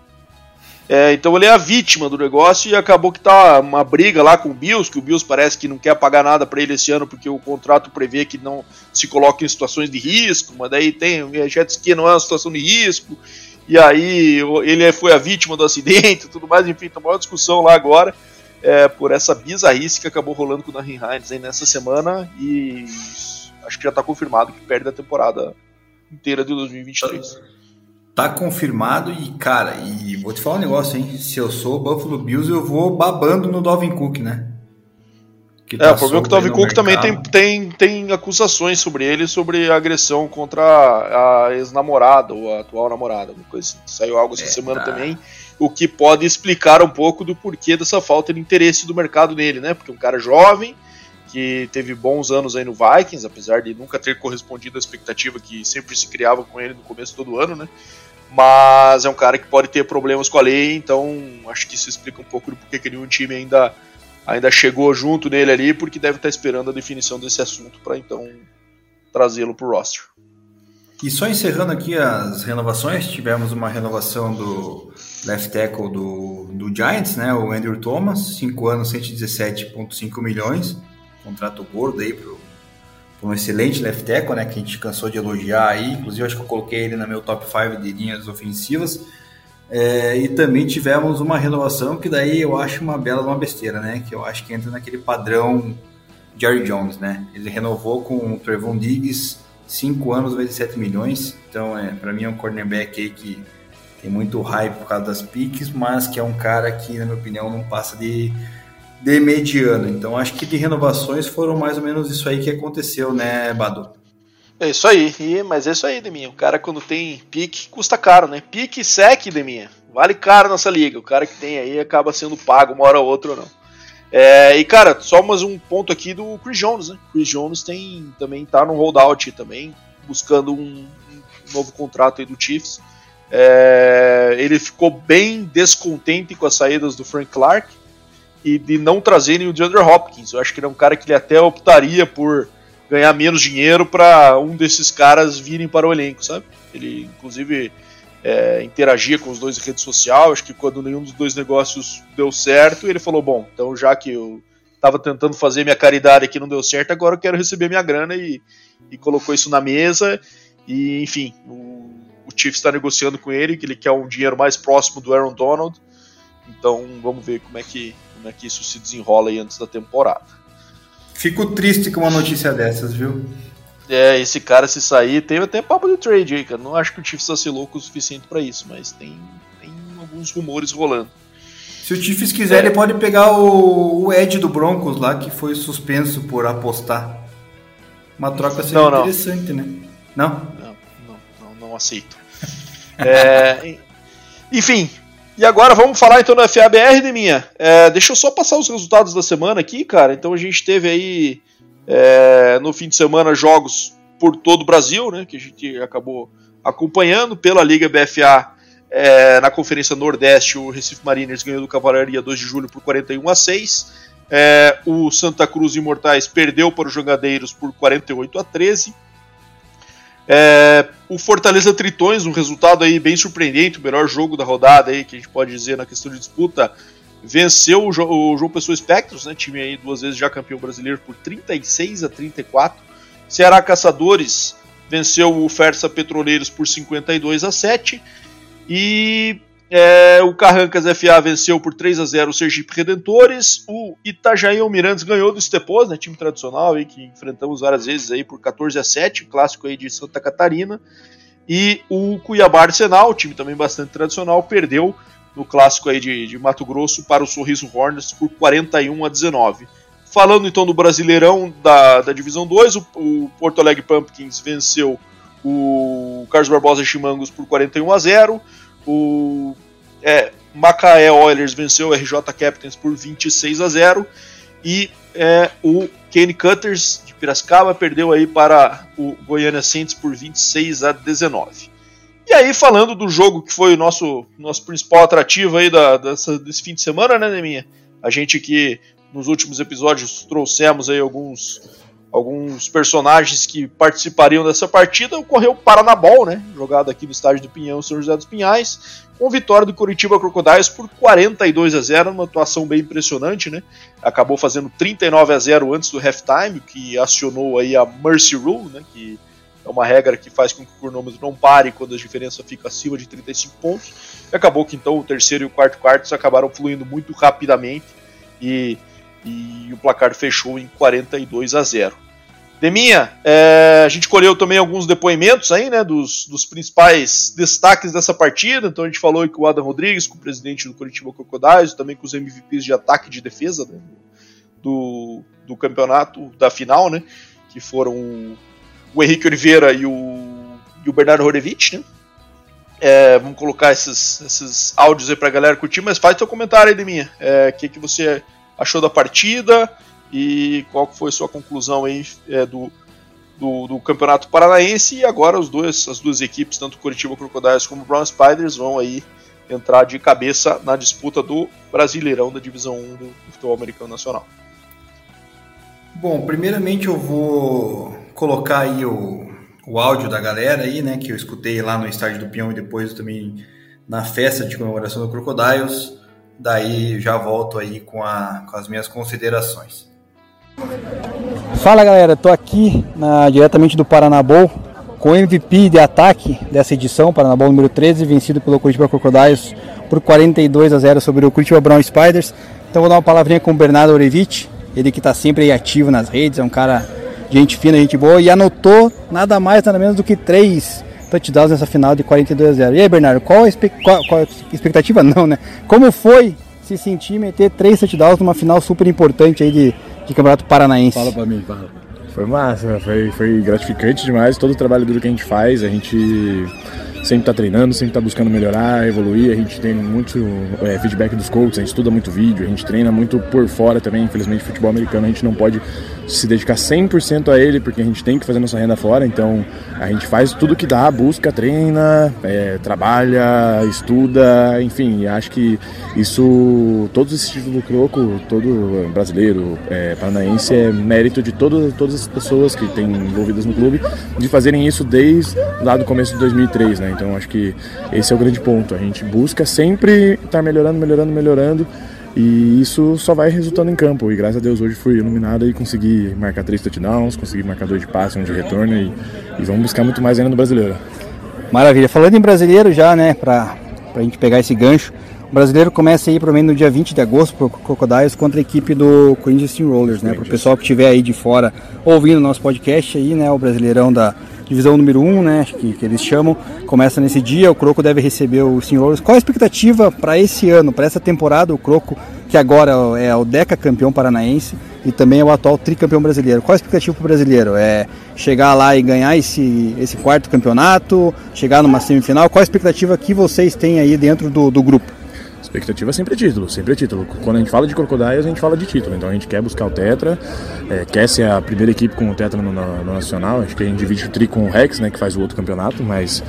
S3: É, então ele é a vítima do negócio e acabou que tá uma briga lá com o Bills, que o Bills parece que não quer pagar nada para ele esse ano porque o contrato prevê que não se coloque em situações de risco, mas daí tem, jet ski não é uma situação de risco, e aí ele foi a vítima do acidente e tudo mais, enfim, tá uma maior discussão lá agora, é, por essa bizarrice que acabou rolando com o Nyheim Hines aí nessa semana, e acho que já tá confirmado que perde a temporada inteira de dois mil e vinte e três.
S4: Tá confirmado e, cara, e vou te falar um negócio, hein? Se eu sou o Buffalo Bills, eu vou babando no Dalvin Cook, né?
S3: Que é, tá o problema é que o Dalvin Cook também tem, tem, tem acusações sobre ele, sobre agressão contra a ex-namorada ou a atual namorada, uma coisa assim. Saiu algo essa é, semana tá. também, o que pode explicar um pouco do porquê dessa falta de interesse do mercado nele, né? Porque um cara jovem, que teve bons anos aí no Vikings, apesar de nunca ter correspondido à expectativa que sempre se criava com ele no começo de todo ano, né? Mas é um cara que pode ter problemas com a lei, então acho que isso explica um pouco do porquê que nenhum time ainda, ainda chegou junto nele ali, porque deve estar esperando a definição desse assunto para então trazê-lo para o roster.
S4: E só encerrando aqui as renovações, tivemos uma renovação do left tackle do, do Giants, né, o Andrew Thomas, cinco anos, cento e dezessete vírgula cinco milhões, contrato gordo aí para um excelente left tackle, né, que a gente cansou de elogiar aí, inclusive acho que eu coloquei ele no meu top cinco de linhas ofensivas, É, e também tivemos uma renovação que daí eu acho uma bela uma besteira, né? Que eu acho que entra naquele padrão Jerry Jones, né? Ele renovou com o Trevon Diggs, cinco anos vezes sete milhões. Então, é, para mim é um cornerback aí que tem muito hype por causa das piques, mas que é um cara que, na minha opinião, não passa de, de mediano. Então, acho que de renovações foram mais ou menos isso aí que aconteceu, né, Badu?
S3: É isso aí, e, mas é isso aí, Deminha. O cara quando tem pique, custa caro, né? Pique e sec, Deminha, vale caro nessa liga. O cara que tem aí acaba sendo pago uma hora ou outra ou não. É, e cara, só mais um ponto aqui do Chris Jones, né? Chris Jones tem, também tá no holdout também, buscando um, um novo contrato aí do Chiefs. É, ele ficou bem descontente com as saídas do Frank Clark e de não trazerem o DeAndre Hopkins. Eu acho que ele é um cara que ele até optaria por ganhar menos dinheiro para um desses caras virem para o elenco, sabe? Ele, inclusive, é, interagia com os dois em rede social. Acho que quando nenhum dos dois negócios deu certo, ele falou, bom, então já que eu estava tentando fazer minha caridade aqui não deu certo, agora eu quero receber minha grana, e, e colocou isso na mesa. E, enfim, o, o Chiefs está negociando com ele, que ele quer um dinheiro mais próximo do Aaron Donald. Então, vamos ver como é que, como é que isso se desenrola aí antes da temporada.
S4: Fico triste com uma notícia dessas, viu?
S3: É, esse cara se sair, teve até papo de trade aí, cara. Não acho que o Chiefs seja louco o suficiente pra isso, mas tem, tem alguns rumores rolando.
S4: Se o Chiefs quiser, é. ele pode pegar o, o Ed do Broncos lá, que foi suspenso por apostar. Uma troca seria não, não. interessante, né? Não?
S3: Não, não, não, não aceito. é, enfim... E agora vamos falar então do F A B R, Deminha. É, deixa eu só passar os resultados da semana aqui, cara. Então a gente teve aí é, no fim de semana jogos por todo o Brasil, né? Que a gente acabou acompanhando pela Liga B F A. É, na Conferência Nordeste, o Recife Mariners ganhou do Cavalaria dois de julho por quarenta e um a seis. É, o Santa Cruz Imortais perdeu para os Jangadeiros por quarenta e oito a treze. É, o Fortaleza Tritões, um resultado aí bem surpreendente, o melhor jogo da rodada aí, que a gente pode dizer na questão de disputa, venceu o, jo- o João Pessoa Spectros, né, time aí duas vezes já campeão brasileiro, por trinta e seis a trinta e quatro. Ceará Caçadores venceu o Fersa Petroleiros por cinquenta e dois a sete. E é, o Carrancas F A venceu por três a zero o Sergipe Redentores. O Itajaí Almirantes ganhou do Estepos, né, time tradicional aí, que enfrentamos várias vezes aí, por quatorze a sete, clássico aí de Santa Catarina. E o Cuiabá Arsenal, time também bastante tradicional, perdeu no clássico aí de, de Mato Grosso para o Sorriso Hornets por quarenta e um a dezenove. Falando então do Brasileirão da, da Divisão dois, o, o Porto Alegre Pumpkins venceu o Carlos Barbosa Chimangos por quarenta e um a zero. O é, Macaé Oilers venceu o R J Captains por vinte e seis a zero. E é, o Kane Cutters de Piracicaba perdeu aí para o Goiânia Saints por vinte e seis a dezenove. E aí, falando do jogo que foi o nosso, nosso principal atrativo aí da, dessa, desse fim de semana, né, Neminha? A gente que nos últimos episódios trouxemos aí alguns, alguns personagens que participariam dessa partida. Ocorreu o Paranabol, né? Jogado aqui no estádio do Pinhão, São José dos Pinhais, com vitória do Curitiba Crocodiles por quarenta e dois a zero, uma atuação bem impressionante, né? Acabou fazendo trinta e nove a zero antes do halftime, que acionou aí a Mercy Rule, né? Que é uma regra que faz com que o cronômetro não pare quando a diferença fica acima de trinta e cinco pontos. E acabou que então o terceiro e o quarto quartos acabaram fluindo muito rapidamente e, e o placar fechou em quarenta e dois a zero. Deminha, é, a gente colheu também alguns depoimentos aí, né, dos, dos principais destaques dessa partida. Então a gente falou aí com o Adam Rodrigues, com o presidente do Curitiba Crocodiles, também com os M V Ps de ataque e de defesa, né, do, do campeonato, da final, né, que foram o Henrique Oliveira e o, e o Bernardo Rodevich, né? É, vamos colocar esses, esses áudios aí pra galera curtir, mas faz teu comentário aí, Deminha. O é, que, que você achou da partida e qual foi a sua conclusão aí é, do, do, do Campeonato Paranaense. E agora os dois, as duas equipes, tanto Curitiba Crocodiles como Brown Spiders, vão aí entrar de cabeça na disputa do Brasileirão da Divisão um do, do Futebol Americano Nacional.
S4: Bom, primeiramente eu vou colocar aí o, o áudio da galera aí, né, que eu escutei lá no estádio do Pinhão e depois também na festa de comemoração do Crocodiles. Daí já volto aí com, a, com as minhas considerações.
S6: Fala galera, tô aqui na, diretamente do Paranabol, com o M V P de ataque dessa edição, Paranabol número treze, vencido pelo Curitiba Crocodiles por quarenta e dois a zero sobre o Curitiba Brown Spiders. Então vou dar uma palavrinha com o Bernardo Orevich, ele que está sempre aí ativo nas redes, é um cara gente fina, gente boa, e anotou nada mais, nada menos do que três touchdowns nessa final de quarenta e dois a zero. E aí, Bernardo, qual a, espe- qual, qual a expectativa? Não, né? Como foi se sentir meter três touchdowns numa final super importante aí de, de Campeonato Paranaense?
S7: Fala pra mim, fala. Foi massa, foi, foi gratificante demais, todo o trabalho duro que a gente faz, a gente sempre está treinando, sempre está buscando melhorar, evoluir, a gente tem muito é, feedback dos coaches, a gente estuda muito vídeo, a gente treina muito por fora também, infelizmente futebol americano a gente não pode se dedicar cem por cento a ele, porque a gente tem que fazer nossa renda fora, então a gente faz tudo que dá, busca, treina, é, trabalha, estuda, enfim, acho que isso, todos esses títulos do Croco, todo brasileiro, é, paranaense, é mérito de todo, todas as pessoas que têm envolvidas no clube, de fazerem isso desde lá do começo de dois mil e três, né? Então acho que esse é o grande ponto, a gente busca sempre estar melhorando, melhorando, melhorando, e isso só vai resultando em campo, e graças a Deus hoje fui iluminado e consegui marcar três touchdowns, consegui marcar dois de passe, um de retorno, e, e vamos buscar muito mais ainda no brasileiro.
S6: Maravilha, falando em brasileiro já, né, pra, pra gente pegar esse gancho, o brasileiro começa aí provavelmente no dia vinte de agosto pro Crocodiles contra a equipe do Corinthians Steamrollers, né, pro pessoal que estiver aí de fora ouvindo o nosso podcast aí, né, o Brasileirão da divisão número um, né, que, que eles chamam, começa nesse dia, o Croco deve receber o Steamrollers. Qual a expectativa para esse ano, para essa temporada, o Croco, que agora é o decacampeão paranaense e também é o atual tricampeão brasileiro? Qual a expectativa para o brasileiro? É chegar lá e ganhar esse, esse quarto campeonato, chegar numa semifinal? Qual a expectativa que vocês têm aí dentro do, do grupo?
S7: Expectativa sempre é título, sempre é título. Quando a gente fala de Crocodiles, a gente fala de título. Então a gente quer buscar o Tetra, é, quer ser a primeira equipe com o Tetra no, no, no Nacional. Acho que a gente divide o tri com o Rex, né, que faz o outro campeonato, mas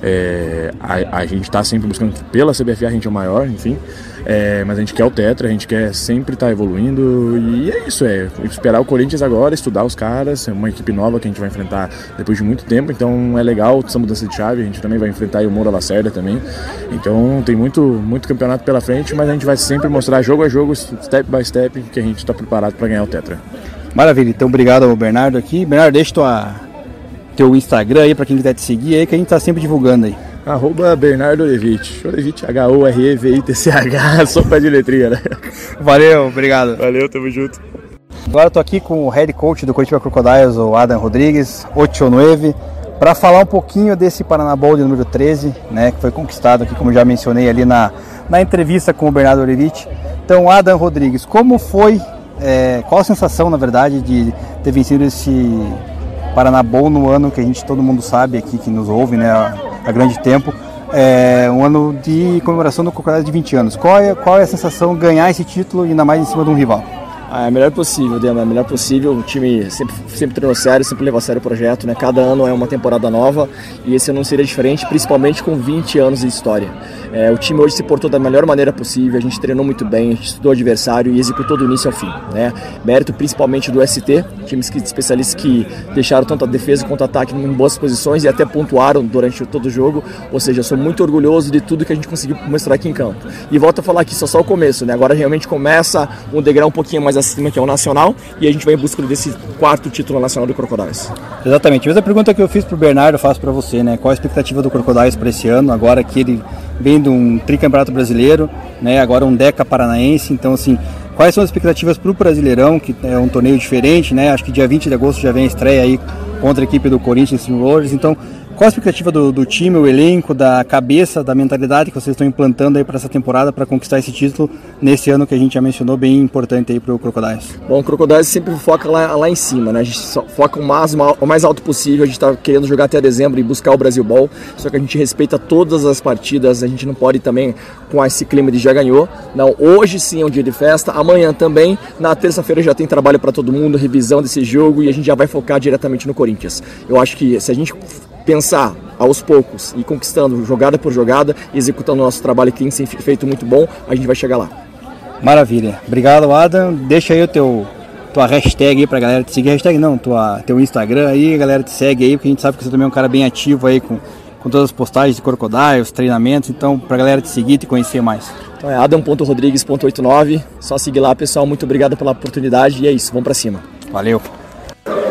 S7: é, a, a gente está sempre buscando pela C B F A, a gente é o maior, enfim. É, mas a gente quer o Tetra, a gente quer sempre estar tá evoluindo, e é isso, é esperar o Corinthians agora, estudar os caras, é uma equipe nova que a gente vai enfrentar depois de muito tempo, então é legal essa mudança de chave, a gente também vai enfrentar aí o Moura Lacerda também, então tem muito, muito campeonato pela frente, mas a gente vai sempre mostrar jogo a jogo, step by step, que a gente está preparado para ganhar o Tetra.
S6: Maravilha, então obrigado ao Bernardo aqui. Bernardo, deixa tua, teu Instagram aí para quem quiser te seguir aí, que a gente está sempre divulgando aí.
S7: Arroba Bernardo Orevich, Orevich, H O R E V I T C H, sopa de letrinha, né?
S6: Valeu, obrigado.
S7: Valeu, tamo junto.
S6: Agora eu tô aqui com o head coach do Curitiba Crocodiles, o Adam Rodrigues, oito nove, para falar um pouquinho desse Paranabol de número treze, né, que foi conquistado aqui, como já mencionei ali na, na entrevista com o Bernardo Orevich. Então, Adam Rodrigues, como foi, é, qual a sensação, na verdade, de ter vencido esse Paranabol no ano que a gente, todo mundo sabe aqui, que nos ouve, né, há grande tempo, é um ano de comemoração do Crocodiles de vinte anos. Qual é, qual é a sensação ganhar esse título, ainda mais em cima de um rival?
S8: Ah, é a melhor possível, Dema, é a melhor possível. O time sempre, sempre treinou sério, sempre levou a sério o projeto, né? Cada ano é uma temporada nova e esse ano não seria diferente, principalmente com vinte anos de história. É, o time hoje se portou da melhor maneira possível, a gente treinou muito bem, a gente estudou o adversário e executou do início ao fim, né? Mérito principalmente do S T, times que, especialistas que deixaram tanto a defesa quanto o ataque em boas posições e até pontuaram durante todo o jogo. Ou seja, eu sou muito orgulhoso de tudo que a gente conseguiu mostrar aqui em campo. E volto a falar que isso é só o começo, né? Agora realmente começa um degrau um pouquinho mais acima, que é o nacional, e a gente vai em busca desse quarto título nacional do Crocodiles.
S6: Exatamente. Mas a pergunta que eu fiz pro Bernardo, eu faço para você, né? Qual a expectativa do Crocodiles para esse ano? Agora que ele vem de um tricampeonato brasileiro, né? Agora um deca paranaense, então assim, quais são as expectativas para o Brasileirão, que é um torneio diferente, né? Acho que dia vinte de agosto já vem a estreia aí contra a equipe do Corinthians Steamrollers, então qual a expectativa do, do time, o elenco, da cabeça, da mentalidade que vocês estão implantando aí para essa temporada para conquistar esse título nesse ano que a gente já mencionou, bem importante aí para o Crocodiles?
S8: Bom, o Crocodiles sempre foca lá, lá em cima, né? A gente só foca o mais, o mais alto possível, a gente está querendo jogar até dezembro e buscar o Brasil Ball, só que a gente respeita todas as partidas, a gente não pode também com esse clima de já ganhou. Não, hoje sim é um dia de festa, amanhã também, na terça-feira já tem trabalho para todo mundo, revisão desse jogo e a gente já vai focar diretamente no Corinthians. Eu acho que se a gente pensar aos poucos e conquistando jogada por jogada, executando o nosso trabalho que tem sido feito muito bom, a gente vai chegar lá.
S6: Maravilha. Obrigado, Adam. Deixa aí o teu tua hashtag aí pra galera te seguir. Hashtag não, tua, teu Instagram aí, a galera te segue aí, porque a gente sabe que você também é um cara bem ativo aí com, com todas as postagens de Crocodiles, treinamentos, então pra galera te seguir e te conhecer mais.
S8: Então é adam ponto rodrigues ponto oitenta e nove, só seguir lá, pessoal. Muito obrigado pela oportunidade e é isso, vamos pra cima.
S6: Valeu.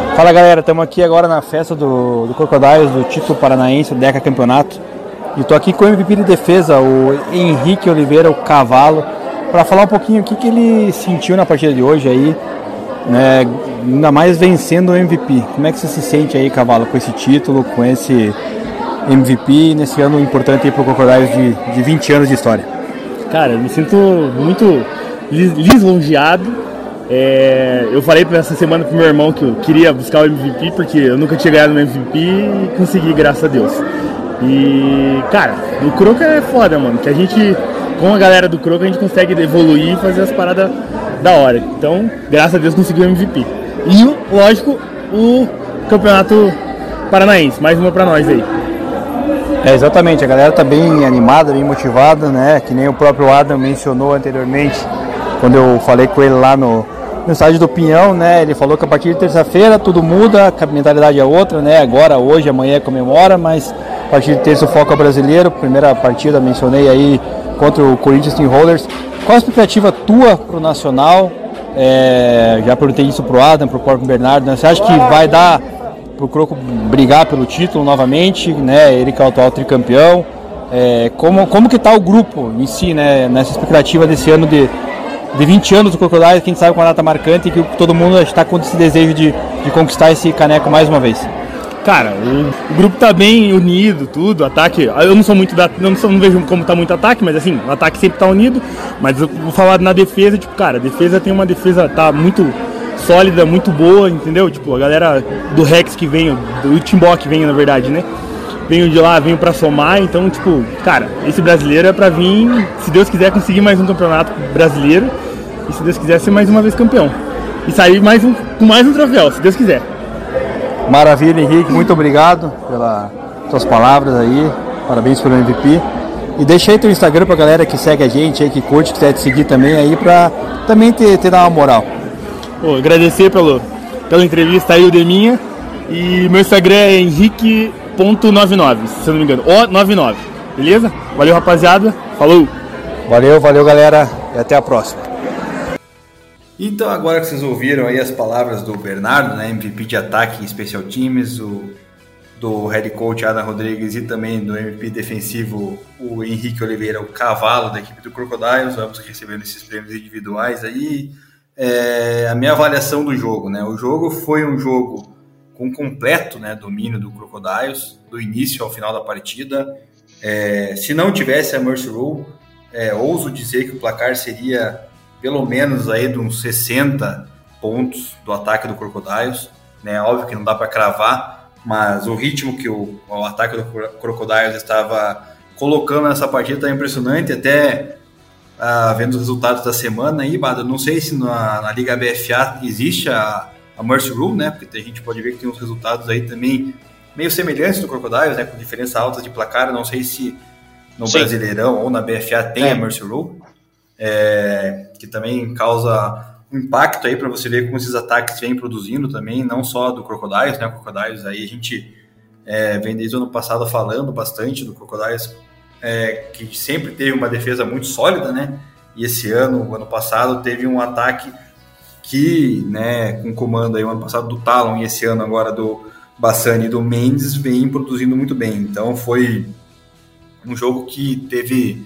S6: Fala galera, estamos aqui agora na festa do, do Crocodiles, do título paranaense, do Deca Campeonato. E estou aqui com o M V P de defesa, o Henrique Oliveira, o Cavalo, para falar um pouquinho o que, que ele sentiu na partida de hoje aí, né, ainda mais vencendo o M V P. Como é que você se sente aí, Cavalo, com esse título, com esse M V P nesse ano importante aí para o Crocodiles de, de vinte anos de história?
S9: Cara, eu me sinto muito lisonjeado. É, eu falei essa semana pro meu irmão que eu queria buscar o M V P porque eu nunca tinha ganhado no M V P e consegui, graças a Deus. E, cara, o Croco é foda, mano, que a gente, com a galera do Croco, a gente consegue evoluir e fazer as paradas da hora. Então, graças a Deus, consegui o M V P. E, lógico, o Campeonato Paranaense, mais uma pra nós aí.
S6: É, exatamente, a galera tá bem animada, bem motivada, né, que nem o próprio Adam mencionou anteriormente, quando eu falei com ele lá no, no estádio do Pinhão, né, ele falou que a partir de terça-feira tudo muda, a mentalidade é outra, né, agora, hoje, amanhã comemora, mas a partir de terça o foco é brasileiro, primeira partida, mencionei aí, contra o Corinthians Steamrollers. Qual a expectativa tua pro Nacional? É, já perguntei isso pro Adam, pro Porco Bernardo, né, você acha que vai dar pro Croco brigar pelo título novamente, né, ele que é o atual tricampeão? É, como, como que tá o grupo em si, né, nessa expectativa desse ano de de vinte anos do Crocodiles, quem sabe com uma data marcante e que todo mundo está com esse desejo de, de conquistar esse caneco mais uma vez?
S9: Cara, o, o grupo tá bem unido, tudo, ataque, eu não sou muito da, não, sou, não vejo como tá muito ataque, mas assim, o ataque sempre tá unido, mas eu vou falar na defesa, tipo, cara, a defesa tem uma defesa, tá muito sólida, muito boa, entendeu? Tipo, a galera do Rex que vem, do Timbó que vem, na verdade, né? Venho de lá, venho pra somar, então, tipo, cara, esse brasileiro é pra vir, se Deus quiser, conseguir mais um campeonato brasileiro e se Deus quiser, ser mais uma vez campeão. E sair mais um, com mais um troféu, se Deus quiser.
S6: Maravilha, Henrique, muito obrigado pelas suas palavras aí, parabéns pelo M V P. E deixa aí teu Instagram pra galera que segue a gente aí, que curte, que quiser te seguir também aí, pra também te, te dar uma moral.
S9: Pô, agradecer pelo, pela entrevista aí, o Deminha, e meu Instagram é Henrique ponto noventa e nove, se eu não me engano, o noventa e nove, beleza? Valeu, rapaziada, falou!
S6: Valeu, valeu galera, e até a próxima.
S4: Então, agora que vocês ouviram aí as palavras do Bernardo, né, M V P de ataque e Special Teams, o, do head coach Adam Rodrigues e também do M V P defensivo, o Henrique Oliveira, o Cavalo da equipe do Crocodiles, vamos recebendo esses prêmios individuais aí. É, a minha avaliação do jogo, né, o jogo foi um jogo com completo, né, domínio do Crocodiles, do início ao final da partida. É, se não tivesse a Mercy Rule, é, ouso dizer que o placar seria pelo menos aí de uns sessenta pontos do ataque do Crocodiles, né? Óbvio que não dá para cravar, mas o ritmo que o, o ataque do Crocodiles estava colocando nessa partida está impressionante, até ah, vendo os resultados da semana aí, Bada, não sei se na, na Liga B F A existe a a Mercy Rule, né, porque a gente pode ver que tem uns resultados aí também meio semelhantes do Crocodiles, né, com diferença alta de placar, não sei se no Sim. Brasileirão ou na B F A tem é. a Mercy Rule, é, que também causa um impacto aí para você ver como esses ataques vêm produzindo também, não só do Crocodiles, né, o Crocodiles aí a gente é, vem desde o ano passado falando bastante do Crocodiles, é, que sempre teve uma defesa muito sólida, né, e esse ano, o ano passado, teve um ataque que, né, com o comando aí o ano passado do Talon e esse ano agora do Bassani e do Mendes, vem produzindo muito bem. Então foi um jogo que teve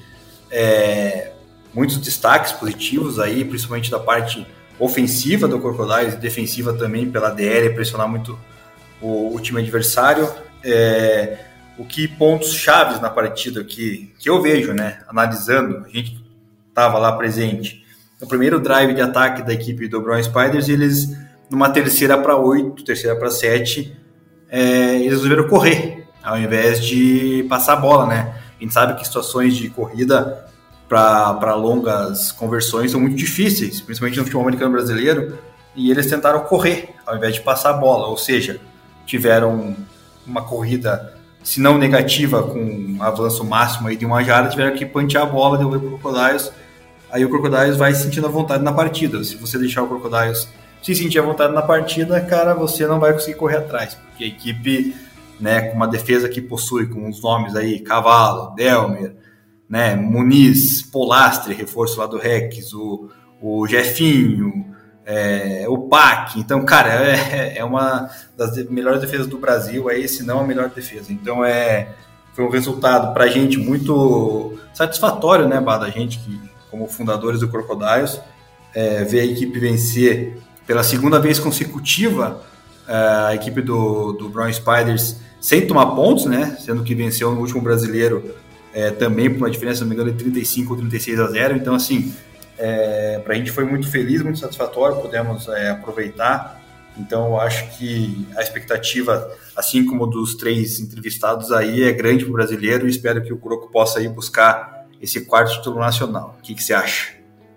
S4: é, muitos destaques positivos aí, principalmente da parte ofensiva do Crocodiles e defensiva também pela D L, pressionar muito o, o time adversário. É, o que pontos chaves na partida que, que eu vejo, né, analisando, a gente estava lá presente. No primeiro drive de ataque da equipe do Brown Spiders, eles, numa terceira para oito, terceira para sete, é, eles resolveram correr, ao invés de passar a bola, né? A gente sabe que situações de corrida para longas conversões são muito difíceis, principalmente no futebol americano brasileiro, e eles tentaram correr, ao invés de passar a bola, ou seja, tiveram uma corrida, se não negativa, com um avanço máximo aí de uma jarda, tiveram que pantear a bola, devolver para o Crocodiles. Aí o Crocodiles vai sentindo a vontade na partida. Se você deixar o Crocodiles se sentir a vontade na partida, cara, você não vai conseguir correr atrás, porque a equipe, né, com uma defesa que possui, com os nomes aí, Cavalo, Delmer, né, Muniz, Polastre, reforço lá do Rex, o, o Jefinho, é, o P A C. Então, cara, é, é uma das melhores defesas do Brasil, é se não a melhor defesa. Então, é, foi um resultado pra gente muito satisfatório, né, Bada? A gente que, como fundadores do Crocodiles, é, ver a equipe vencer pela segunda vez consecutiva a equipe do, do Brown Spiders sem tomar pontos, né? Sendo que venceu no último brasileiro é, também por uma diferença, se não me engano, de trinta e cinco ou trinta e seis a zero. Então, assim, é, para a gente foi muito feliz, muito satisfatório, pudemos é, aproveitar. Então, eu acho que a expectativa, assim como dos três entrevistados aí, é grande para o brasileiro e espero que o Croco possa ir buscar esse quarto título nacional. O que, que você acha?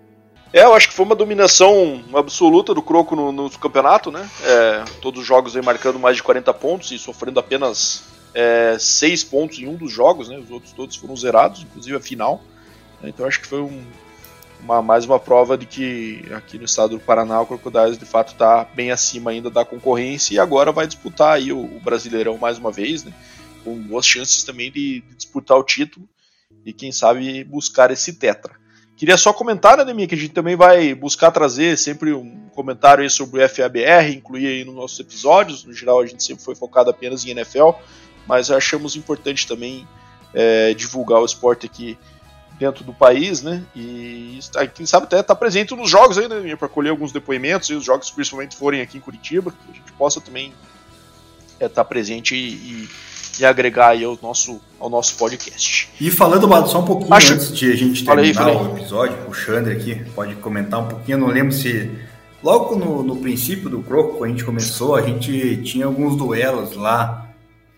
S3: É, eu acho que foi uma dominação absoluta do Croco no, no campeonato, né? É, todos os jogos aí marcando mais de quarenta pontos e sofrendo apenas é, seis pontos em um dos jogos, né? Os outros todos foram zerados, inclusive a final. Então acho que foi um, uma, mais uma prova de que aqui no estado do Paraná o Crocodiles de fato está bem acima ainda da concorrência e agora vai disputar aí o, o Brasileirão mais uma vez, né? Com boas chances também de, de disputar o título e quem sabe buscar esse tetra. Queria só comentar, né, Deminha, que a gente também vai buscar trazer sempre um comentário aí sobre o F A B R, incluir aí nos nossos episódios. No geral, a gente sempre foi focado apenas em N F L, mas achamos importante também é, divulgar o esporte aqui dentro do país, né? E quem sabe até estar tá presente nos jogos aí, né, Deminha, para colher alguns depoimentos, e os jogos principalmente forem aqui em Curitiba, que a gente possa também estar é, tá presente e, e e agregar aí ao nosso, ao nosso podcast.
S4: E falando, Bado, só um pouquinho Acho... antes de a gente terminar
S3: falei, falei.
S4: o episódio, o Xander aqui pode comentar um pouquinho, eu não lembro se logo no, no princípio do Croco, quando a gente começou, a gente tinha alguns duelos lá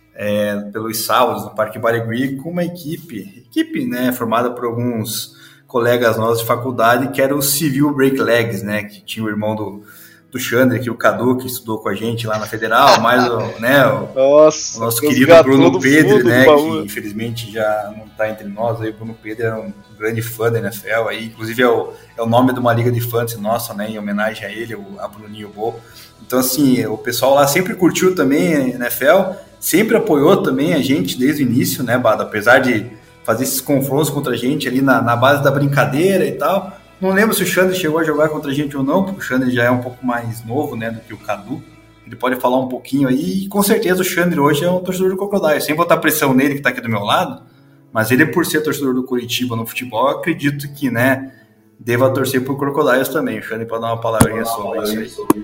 S4: é, pelos sábados no Parque Barigui com uma equipe, equipe né, formada por alguns colegas nossos de faculdade, que era o Civil Break Legs, né, que tinha o irmão do do Xander, aqui, o Cadu, que estudou com a gente lá na Federal, mais o, né, o,
S3: Nossa,
S4: o nosso querido Bruno Pedro, né, que infelizmente já não está entre nós, aí o Bruno Pedro era um grande fã da N F L, aí, inclusive é o, é o nome de uma liga de fantasy nossa, né, em homenagem a ele, o, a Bruninho Bo. Então, assim, o pessoal lá sempre curtiu também a N F L, sempre apoiou também a gente desde o início, né, Bado, apesar de fazer esses confrontos contra a gente ali na, na base da brincadeira e tal. Não lembro se o Xander chegou a jogar contra a gente ou não, porque o Xander já é um pouco mais novo, né, do que o Cadu. Ele pode falar um pouquinho aí, e com certeza o Xander hoje é um torcedor do Crocodile, sem botar pressão nele, que está aqui do meu lado, mas ele, por ser torcedor do Curitiba no futebol, eu acredito que, né, deva torcer pro Crocodiles também. O Xander pode dar uma palavrinha sobre isso aí.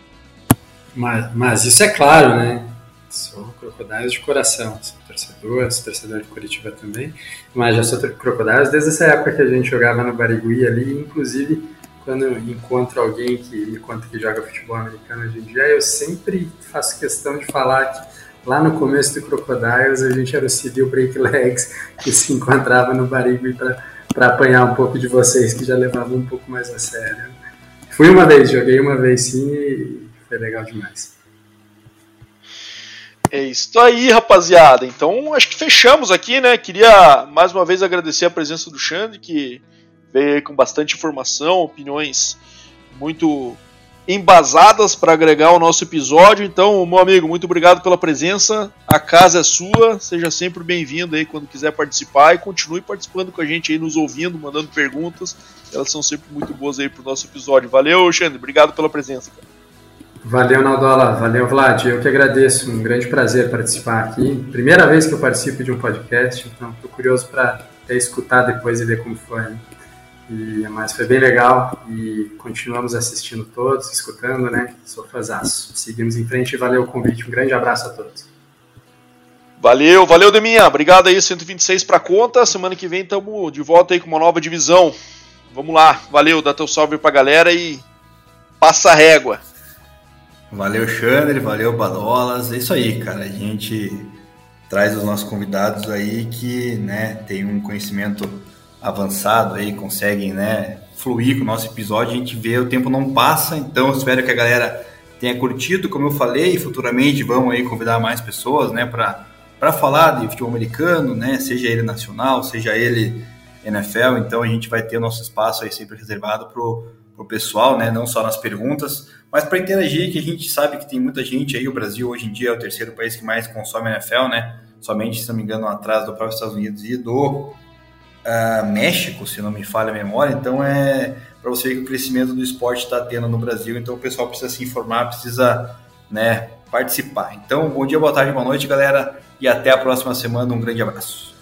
S5: Mas, mas isso é claro, né? Sou Crocodiles de coração, sou torcedor, sou torcedor de Curitiba também, mas já sou Crocodiles desde essa época que a gente jogava no Barigui ali, inclusive quando eu encontro alguém que me conta que joga futebol americano hoje em dia, eu sempre faço questão de falar que lá no começo do Crocodiles a gente era o Civil Break Legs, que se encontrava no Barigui para apanhar um pouco de vocês que já levavam um pouco mais a sério. Fui uma vez, joguei uma vez sim e foi legal demais.
S3: É isso aí, rapaziada. Então, acho que fechamos aqui, né? Queria mais uma vez agradecer a presença do Xande, que veio aí com bastante informação, opiniões muito embasadas para agregar ao nosso episódio. Então, meu amigo, muito obrigado pela presença. A casa é sua. Seja sempre bem-vindo aí quando quiser participar e continue participando com a gente aí, nos ouvindo, mandando perguntas. Elas são sempre muito boas aí pro nosso episódio. Valeu, Xande. Obrigado pela presença, cara.
S5: Valeu, Naldola. Valeu, Vlad. Eu que agradeço. Um grande prazer participar aqui. Primeira vez que eu participo de um podcast, então estou curioso para escutar depois e ver como foi. Né? E, mas foi bem legal e continuamos assistindo todos, escutando, né? Sou fãzaço. Seguimos em frente e valeu o convite. Um grande abraço a todos.
S3: Valeu, valeu, Deminha. Obrigado aí, cento e vinte e seis para conta. Semana que vem estamos de volta aí com uma nova divisão. Vamos lá. Valeu, dá teu salve pra galera e passa a régua.
S4: Valeu, Xander, valeu, Badolas. É isso aí, cara. A gente traz os nossos convidados aí que, né, tem um conhecimento avançado aí, conseguem, né, fluir com o nosso episódio. A gente vê, o tempo não passa, então espero que a galera tenha curtido. Como eu falei, futuramente vamos aí convidar mais pessoas, né, para para falar de futebol americano, né, seja ele nacional, seja ele N F L. Então a gente vai ter o nosso espaço aí sempre reservado pro pro pessoal, né, não só nas perguntas, mas para interagir, que a gente sabe que tem muita gente aí. O Brasil hoje em dia é o terceiro país que mais consome N F L, né, somente, se não me engano, atrás do próprio Estados Unidos e do uh, México, se não me falha a memória. Então é, para você ver que o crescimento do esporte está tendo no Brasil. Então o pessoal precisa se informar, precisa, né, participar. Então, bom dia, boa tarde, boa noite, galera, e até a próxima semana. Um grande abraço.